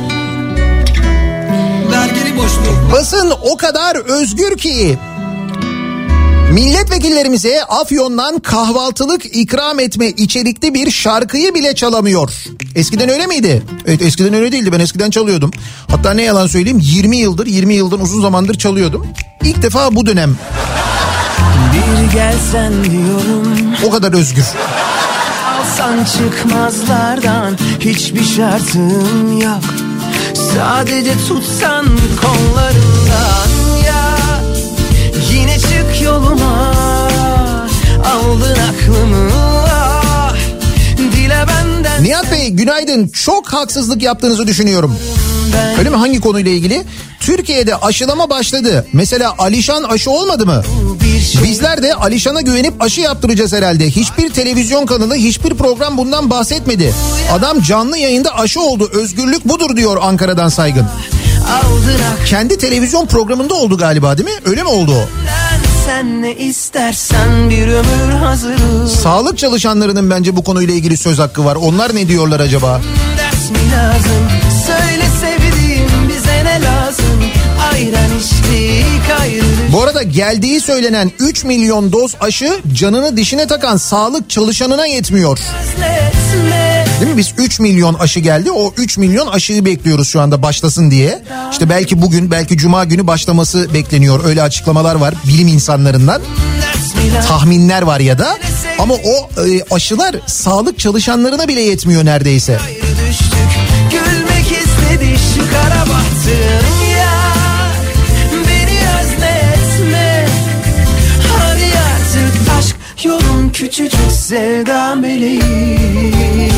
Ver geri boşluk var. Basın o kadar özgür ki milletvekillerimize Afyon'dan kahvaltılık ikram etme içerikli bir şarkıyı bile çalamıyor. Eskiden öyle miydi? Evet, eskiden öyle değildi. Ben eskiden çalıyordum. Hatta ne yalan söyleyeyim, yirmi yıldır, yirmi yıldan uzun zamandır çalıyordum. İlk defa bu dönem. Bir gelsen diyorum. O kadar özgür. Alsan çıkmazlardan hiçbir şartım yok. Sadece tutsan kollarından ya. Yine çık yoluma, aldın aklımı, dile benden. Nihat Bey günaydın. Çok haksızlık yaptığınızı düşünüyorum. Öyle mi? Hangi konuyla ilgili? Türkiye'de aşılama başladı. Mesela Alişan aşı olmadı mı? Bizler de Alişan'a güvenip aşı yaptıracağız herhalde. Hiçbir televizyon kanalı, hiçbir program bundan bahsetmedi. Adam canlı yayında aşı oldu. Özgürlük budur diyor Ankara'dan Saygın. Kendi televizyon programında oldu galiba, değil mi? Öyle mi oldu o? Sen ne istersen bir ömür hazırım. Sağlık çalışanlarının bence bu konuyla ilgili söz hakkı var. Onlar ne diyorlar acaba? Ders mi lazım? Söyle sevdiğim, bize ne lazım? Ayran içtik ayrı. Bu arada geldiği söylenen üç milyon doz aşı canını dişine takan sağlık çalışanına yetmiyor. Değil mi? Biz üç milyon aşı geldi. O üç milyon aşıyı bekliyoruz şu anda başlasın diye. İşte belki bugün, belki cuma günü başlaması bekleniyor. Öyle açıklamalar var bilim insanlarından. Tahminler var ya da. Ama o e, aşılar sağlık çalışanlarına bile yetmiyor neredeyse. Gülmek istedi şu kara bahtın ya. Beni özletme. Hadi artık aşk yolun küçücük sevda meleği.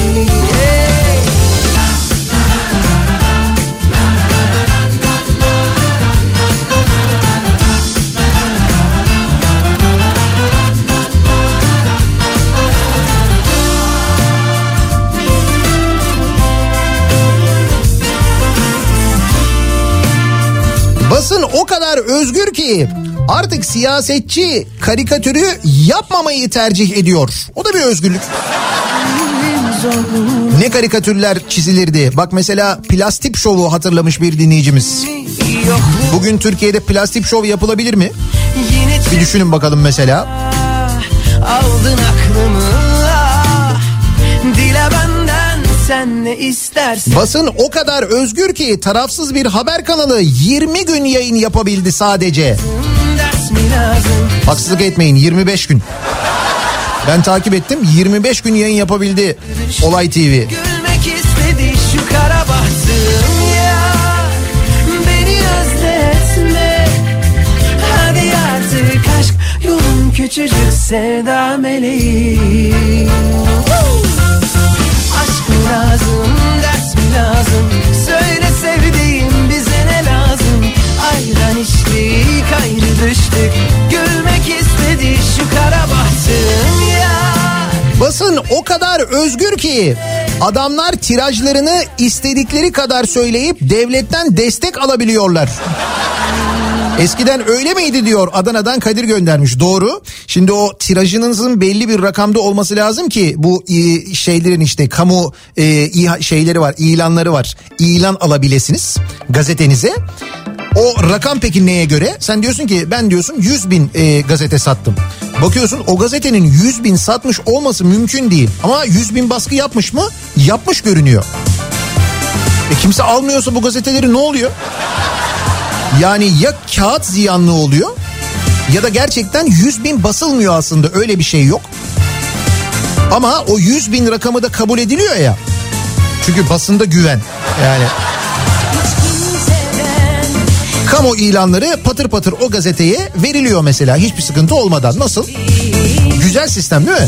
Basın o kadar özgür ki artık siyasetçi karikatürü yapmamayı tercih ediyor. O da bir özgürlük. Ne karikatürler çizilirdi. Bak mesela plastik şovu hatırlamış bir dinleyicimiz. Bugün Türkiye'de plastik şov yapılabilir mi? Bir düşünün bakalım mesela. Aldın aklımı, dile benden sen ne istersin. Basın o kadar özgür ki tarafsız bir haber kanalı yirmi gün yayın yapabildi sadece. Haksızlık etmeyin, yirmi beş gün. Ben takip ettim, yirmi beş gün yayın yapabildi Olay T V. Gülmek istedi şu kara bahtım ya. Beni özletme. Hadi artık aşk yolun küçücük sevda meleği. Aşk mı lazım, ders mi lazım? Söyle sevdiğim, bize ne lazım? Ayran içtik, ayrı düştük. Gülmek istedi şu kara bahtım ya. Basın o kadar özgür ki adamlar tirajlarını istedikleri kadar söyleyip devletten destek alabiliyorlar. Eskiden öyle miydi diyor, Adana'dan Kadir göndermiş. Doğru. Şimdi o tirajınızın belli bir rakamda olması lazım ki bu şeylerin işte kamu e, şeyleri var, ilanları var. İlan alabilirsiniz gazetenize. O rakam peki neye göre? Sen diyorsun ki ben diyorsun yüz bin e, gazete sattım. Bakıyorsun o gazetenin yüz bin satmış olması mümkün değil. Ama yüz bin baskı yapmış mı? Yapmış görünüyor. E kimse almıyorsa bu gazeteleri ne oluyor? Yani ya kağıt ziyanlı oluyor ya da gerçekten yüz bin basılmıyor aslında, öyle bir şey yok. Ama o yüz bin rakamı da kabul ediliyor ya. Çünkü basında güven yani. Kamu ilanları patır patır o gazeteye veriliyor mesela hiçbir sıkıntı olmadan. Nasıl? Güzel sistem değil mi?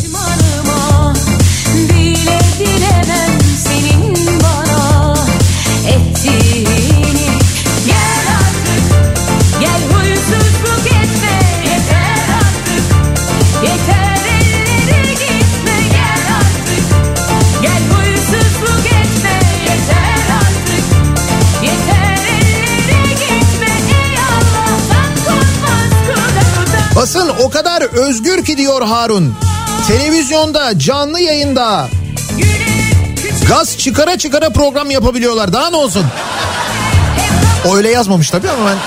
Bile dilemem senin bana ettiğini. Gel artık, gel huysuzluk etme. Yeter artık, yeter ellere gitme. Gel artık, gel huysuzluk etme. Yeter artık, yeter ellere gitme. Ey Allah'tan korkmaz kulağından. Basın o kadar özgür ki diyor Harun. Televizyonda canlı yayında gaz çıkara çıkara program yapabiliyorlar. Daha ne olsun? O öyle yazmamış tabii ama ben...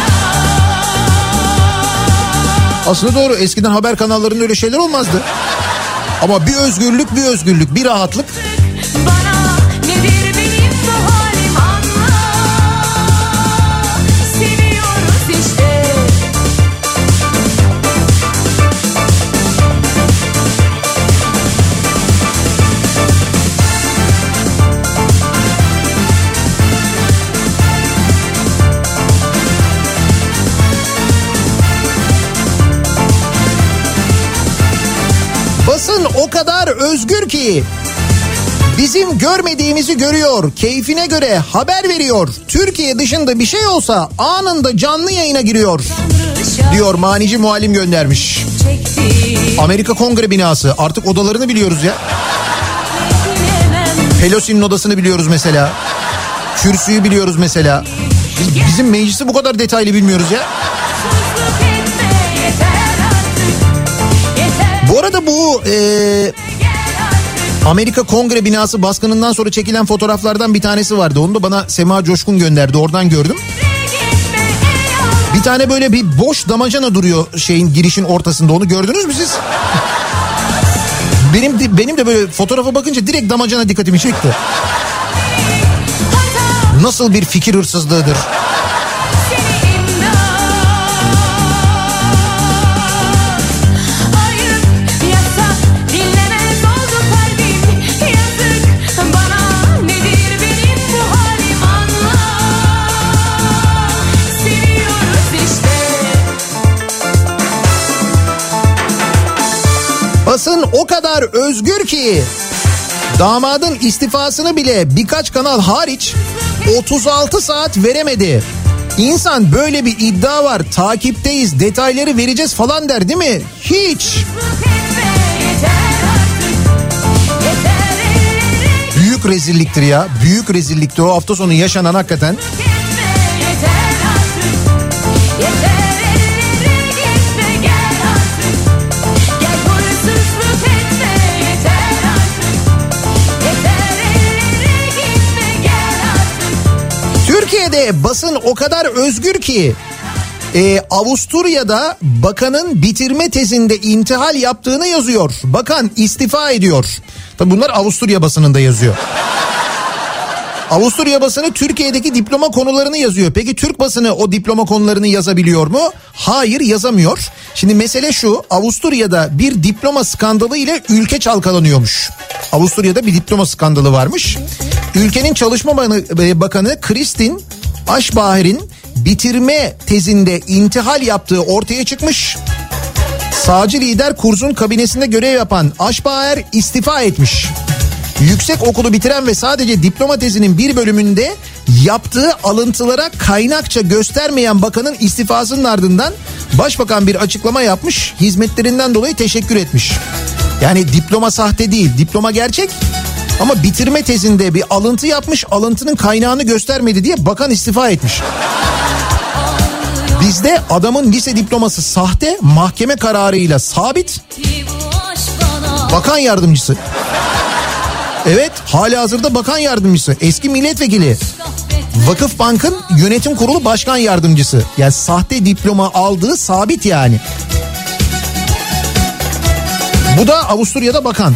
Aslında doğru, eskiden haber kanallarında öyle şeyler olmazdı. Ama bir özgürlük bir özgürlük bir rahatlık. Bana nedir benim bu halim anla. Seviyoruz işte. Basın o kadar özgür ki Bizim görmediğimizi görüyor, keyfine göre haber veriyor. Türkiye dışında bir şey olsa anında canlı yayına giriyor diyor, Manici Muallim göndermiş. Amerika Kongre binası, artık odalarını biliyoruz ya. Pelosi'nin odasını biliyoruz mesela. Kürsüyü biliyoruz mesela. Biz, bizim meclisi bu kadar detaylı bilmiyoruz ya. Bu arada bu e, Amerika Kongre binası baskınından sonra çekilen fotoğraflardan bir tanesi vardı. Onu da bana Sema Coşkun gönderdi, oradan gördüm. Bir tane böyle bir boş damacana duruyor şeyin, girişin ortasında, onu gördünüz mü siz? Benim de, benim de böyle fotoğrafa bakınca direkt damacana dikkatimi çekti. Nasıl bir fikir hırsızlığıdır? Basın o kadar özgür ki damadın istifasını bile birkaç kanal hariç otuz altı saat veremedi. İnsan böyle bir iddia var, takipteyiz, detayları vereceğiz falan der değil mi? Hiç. Büyük rezilliktir ya, büyük rezilliktir o hafta sonu yaşanan hakikaten. Türkiye'de basın o kadar özgür ki e, Avusturya'da bakanın bitirme tezinde intihal yaptığını yazıyor. Bakan istifa ediyor. Tabii bunlar Avusturya basınında yazıyor. Avusturya basını Türkiye'deki diploma konularını yazıyor. Peki Türk basını o diploma konularını yazabiliyor mu? Hayır, yazamıyor. Şimdi mesele şu: Avusturya'da bir diploma skandalı ile ülke çalkalanıyormuş. Avusturya'da bir diploma skandalı varmış. Ülkenin Çalışma Bakanı Kristin Aschbacher'in bitirme tezinde intihal yaptığı ortaya çıkmış. Sağcı lider Kurz'un kabinesinde görev yapan Aschbacher istifa etmiş. Yüksek okulu bitiren ve sadece diploma tezinin bir bölümünde yaptığı alıntılara kaynakça göstermeyen bakanın istifasının ardından başbakan bir açıklama yapmış. Hizmetlerinden dolayı teşekkür etmiş. Yani diploma sahte değil, diploma gerçek. Ama bitirme tezinde bir alıntı yapmış, alıntının kaynağını göstermedi diye bakan istifa etmiş. Bizde adamın lise diploması sahte, mahkeme kararıyla sabit, bakan yardımcısı. Evet, halihazırda bakan yardımcısı, eski milletvekili, Vakıfbank'ın yönetim kurulu başkan yardımcısı. Yani sahte diploma aldığı sabit yani. Bu da Avusturya'da bakan.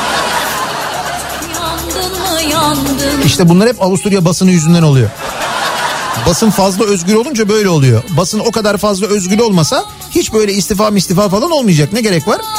İşte bunlar hep Avusturya basını yüzünden oluyor. Basın fazla özgür olunca böyle oluyor. Basın o kadar fazla özgür olmasa hiç böyle istifa istifa falan olmayacak. Ne gerek var?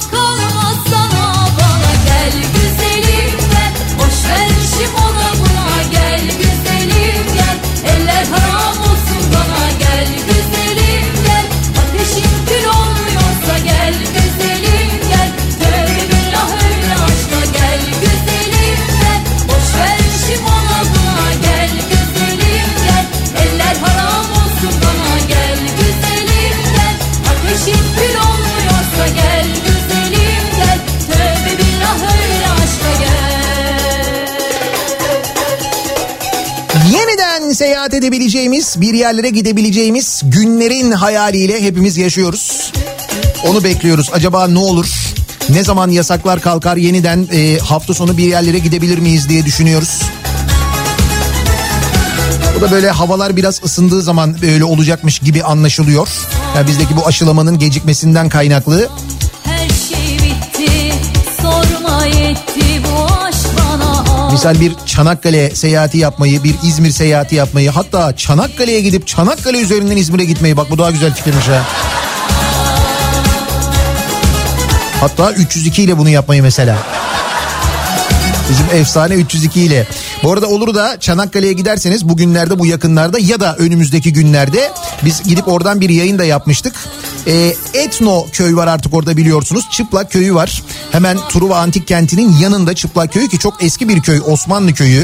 Seyahat edebileceğimiz, bir yerlere gidebileceğimiz günlerin hayaliyle hepimiz yaşıyoruz. Onu bekliyoruz. Acaba ne olur? Ne zaman yasaklar kalkar, yeniden e, hafta sonu bir yerlere gidebilir miyiz diye düşünüyoruz. Bu da böyle havalar biraz ısındığı zaman böyle olacakmış gibi anlaşılıyor. Yani bizdeki bu aşılamanın gecikmesinden kaynaklı. Her şey bitti, sorma yetti bu aşk bana. Misal bir Çanakkale seyahati yapmayı, bir İzmir seyahati yapmayı, hatta Çanakkale'ye gidip Çanakkale üzerinden İzmir'e gitmeyi, bak bu daha güzel fikirmiş ha. Hatta üç yüz iki ile bunu yapmayı mesela. Bizim efsane üç yüz iki ile. Bu arada olur da Çanakkale'ye giderseniz bugünlerde, bu yakınlarda ya da önümüzdeki günlerde biz gidip oradan bir yayın da yapmıştık. E, Etno köy var artık orada biliyorsunuz. Çıplak köyü var. Hemen Truva Antik Kenti'nin yanında Çıplak köyü ki çok eski bir köy. Osmanlı köyü.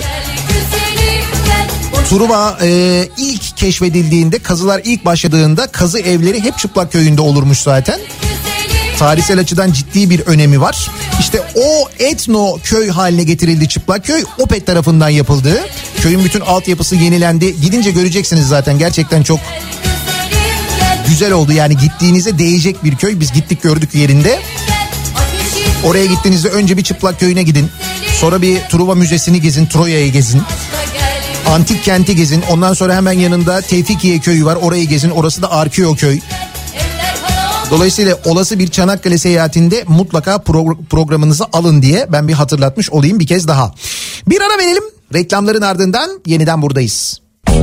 Truva e, ilk keşfedildiğinde, kazılar ilk başladığında kazı evleri hep Çıplak köyünde olurmuş zaten. Tarihsel açıdan ciddi bir önemi var. İşte o etno köy haline getirildi Çıplak köy. Opet tarafından yapıldı. Köyün bütün altyapısı yenilendi. Gidince göreceksiniz zaten, gerçekten çok güzel oldu. Yani gittiğinize değecek bir köy. Biz gittik, gördük yerinde. Oraya gittiğinizde önce bir Çıplak köyüne gidin. Sonra bir Truva Müzesi'ni gezin, Troya'yı gezin. Antik kenti gezin. Ondan sonra hemen yanında Tevfikiye köyü var. Orayı gezin. Orası da Arkeo köy. Dolayısıyla olası bir Çanakkale seyahatinde mutlaka pro- programınızı alın diye ben bir hatırlatmış olayım bir kez daha. Bir ara verelim. Reklamların ardından yeniden buradayız.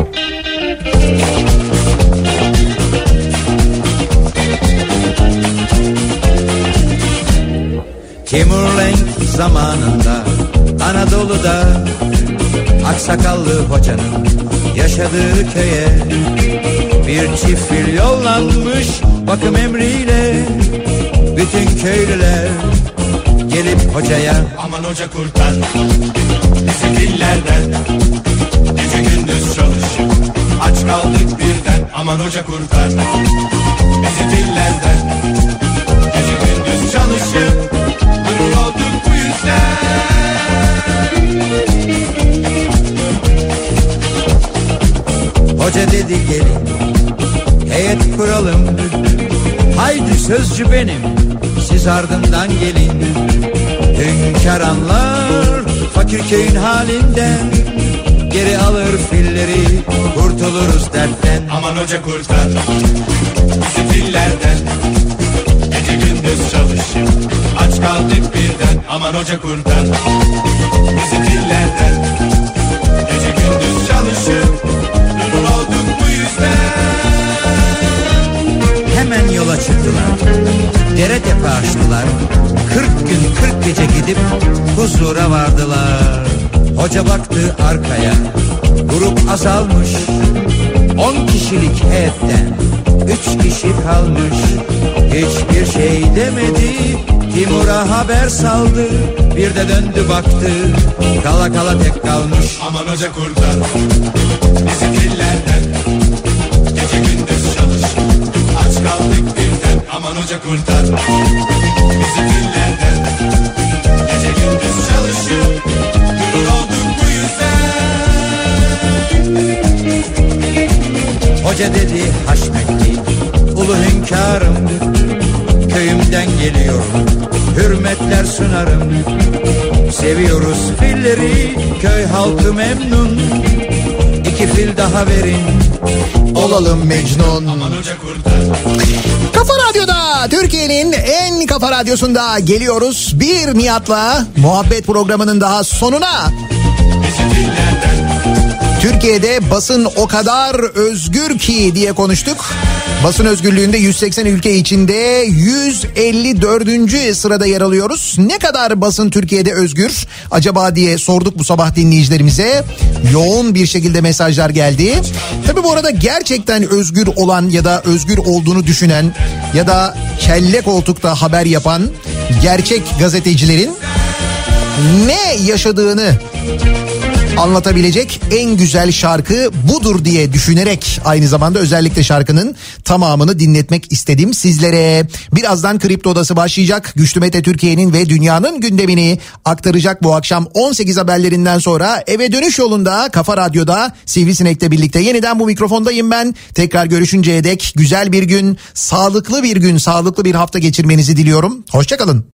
Timur Lenk zamanında Anadolu'da aksakallı hocanın yaşadığı köye bir çift fil yollanmış bakım emriyle. Bütün köylüler gelip hocaya Aman hoca kurtar bizi fillerden, gece gündüz çalışıp aç kaldık birden. Aman hoca kurtar bizi fillerden, gece gündüz çalışıp durur olduk bu yüzden. Hoca dedi gelin heyet kuralım, haydi sözcü benim siz ardından gelin. Hünkâr anlar fakir köyün halinden, geri alır filleri kurtuluruz dertten. Aman hoca kurtar bizi fillerden, gece gündüz çalışıp aç kaldık birden. Aman hoca kurtar bizi fillerden, gece gündüz çalışıp durur olduk bu yüzden. Hemen yola çıktılar, dere tepe açtılar. Kırk gün kırk gece gidip huzura vardılar. Hoca baktı arkaya, grup azalmış. On kişilik heyetten üç kişi kalmış. Hiçbir şey demedi, Timur'a haber saldı. Bir de döndü baktı, kala kala tek kalmış. Aman hoca kurtar bizi fillerden, gece gündüz çalışıp aç kaldık birden. Aman hoca kurtar bizi fillerden, gece gündüz çalışıp durur olduk bu yüzden. Hoca dedi haşmetli ulu hünkârımdır, köyümden geliyorum hürmetler sunarım. Seviyoruz filleri, köy halkı memnun. İki fil daha verin, Olalım Mecnun. Aman hoca kurtar. Kafa Radyo'da, Türkiye'nin en kafa radyosunda geliyoruz. Bir Nihat'la muhabbet programının daha sonuna. Bizi fillerden, Türkiye'de basın o kadar özgür ki diye konuştuk. Basın özgürlüğünde yüz seksen ülke içinde yüz elli dördüncü sırada yer alıyoruz. Ne kadar basın Türkiye'de özgür acaba diye sorduk bu sabah dinleyicilerimize. Yoğun bir şekilde mesajlar geldi. Tabii bu arada gerçekten özgür olan ya da özgür olduğunu düşünen ya da kelle koltukta haber yapan gerçek gazetecilerin ne yaşadığını anlatabilecek en güzel şarkı budur diye düşünerek aynı zamanda özellikle şarkının tamamını dinletmek istedim sizlere. Birazdan Kripto Odası başlayacak. Güçlü Mete Türkiye'nin ve dünyanın gündemini aktaracak bu akşam on sekiz haberlerinden sonra eve dönüş yolunda Kafa Radyo'da Sivrisinek'le birlikte yeniden bu mikrofondayım ben. Tekrar görüşünceye dek güzel bir gün, sağlıklı bir gün, sağlıklı bir hafta geçirmenizi diliyorum. Hoşça kalın.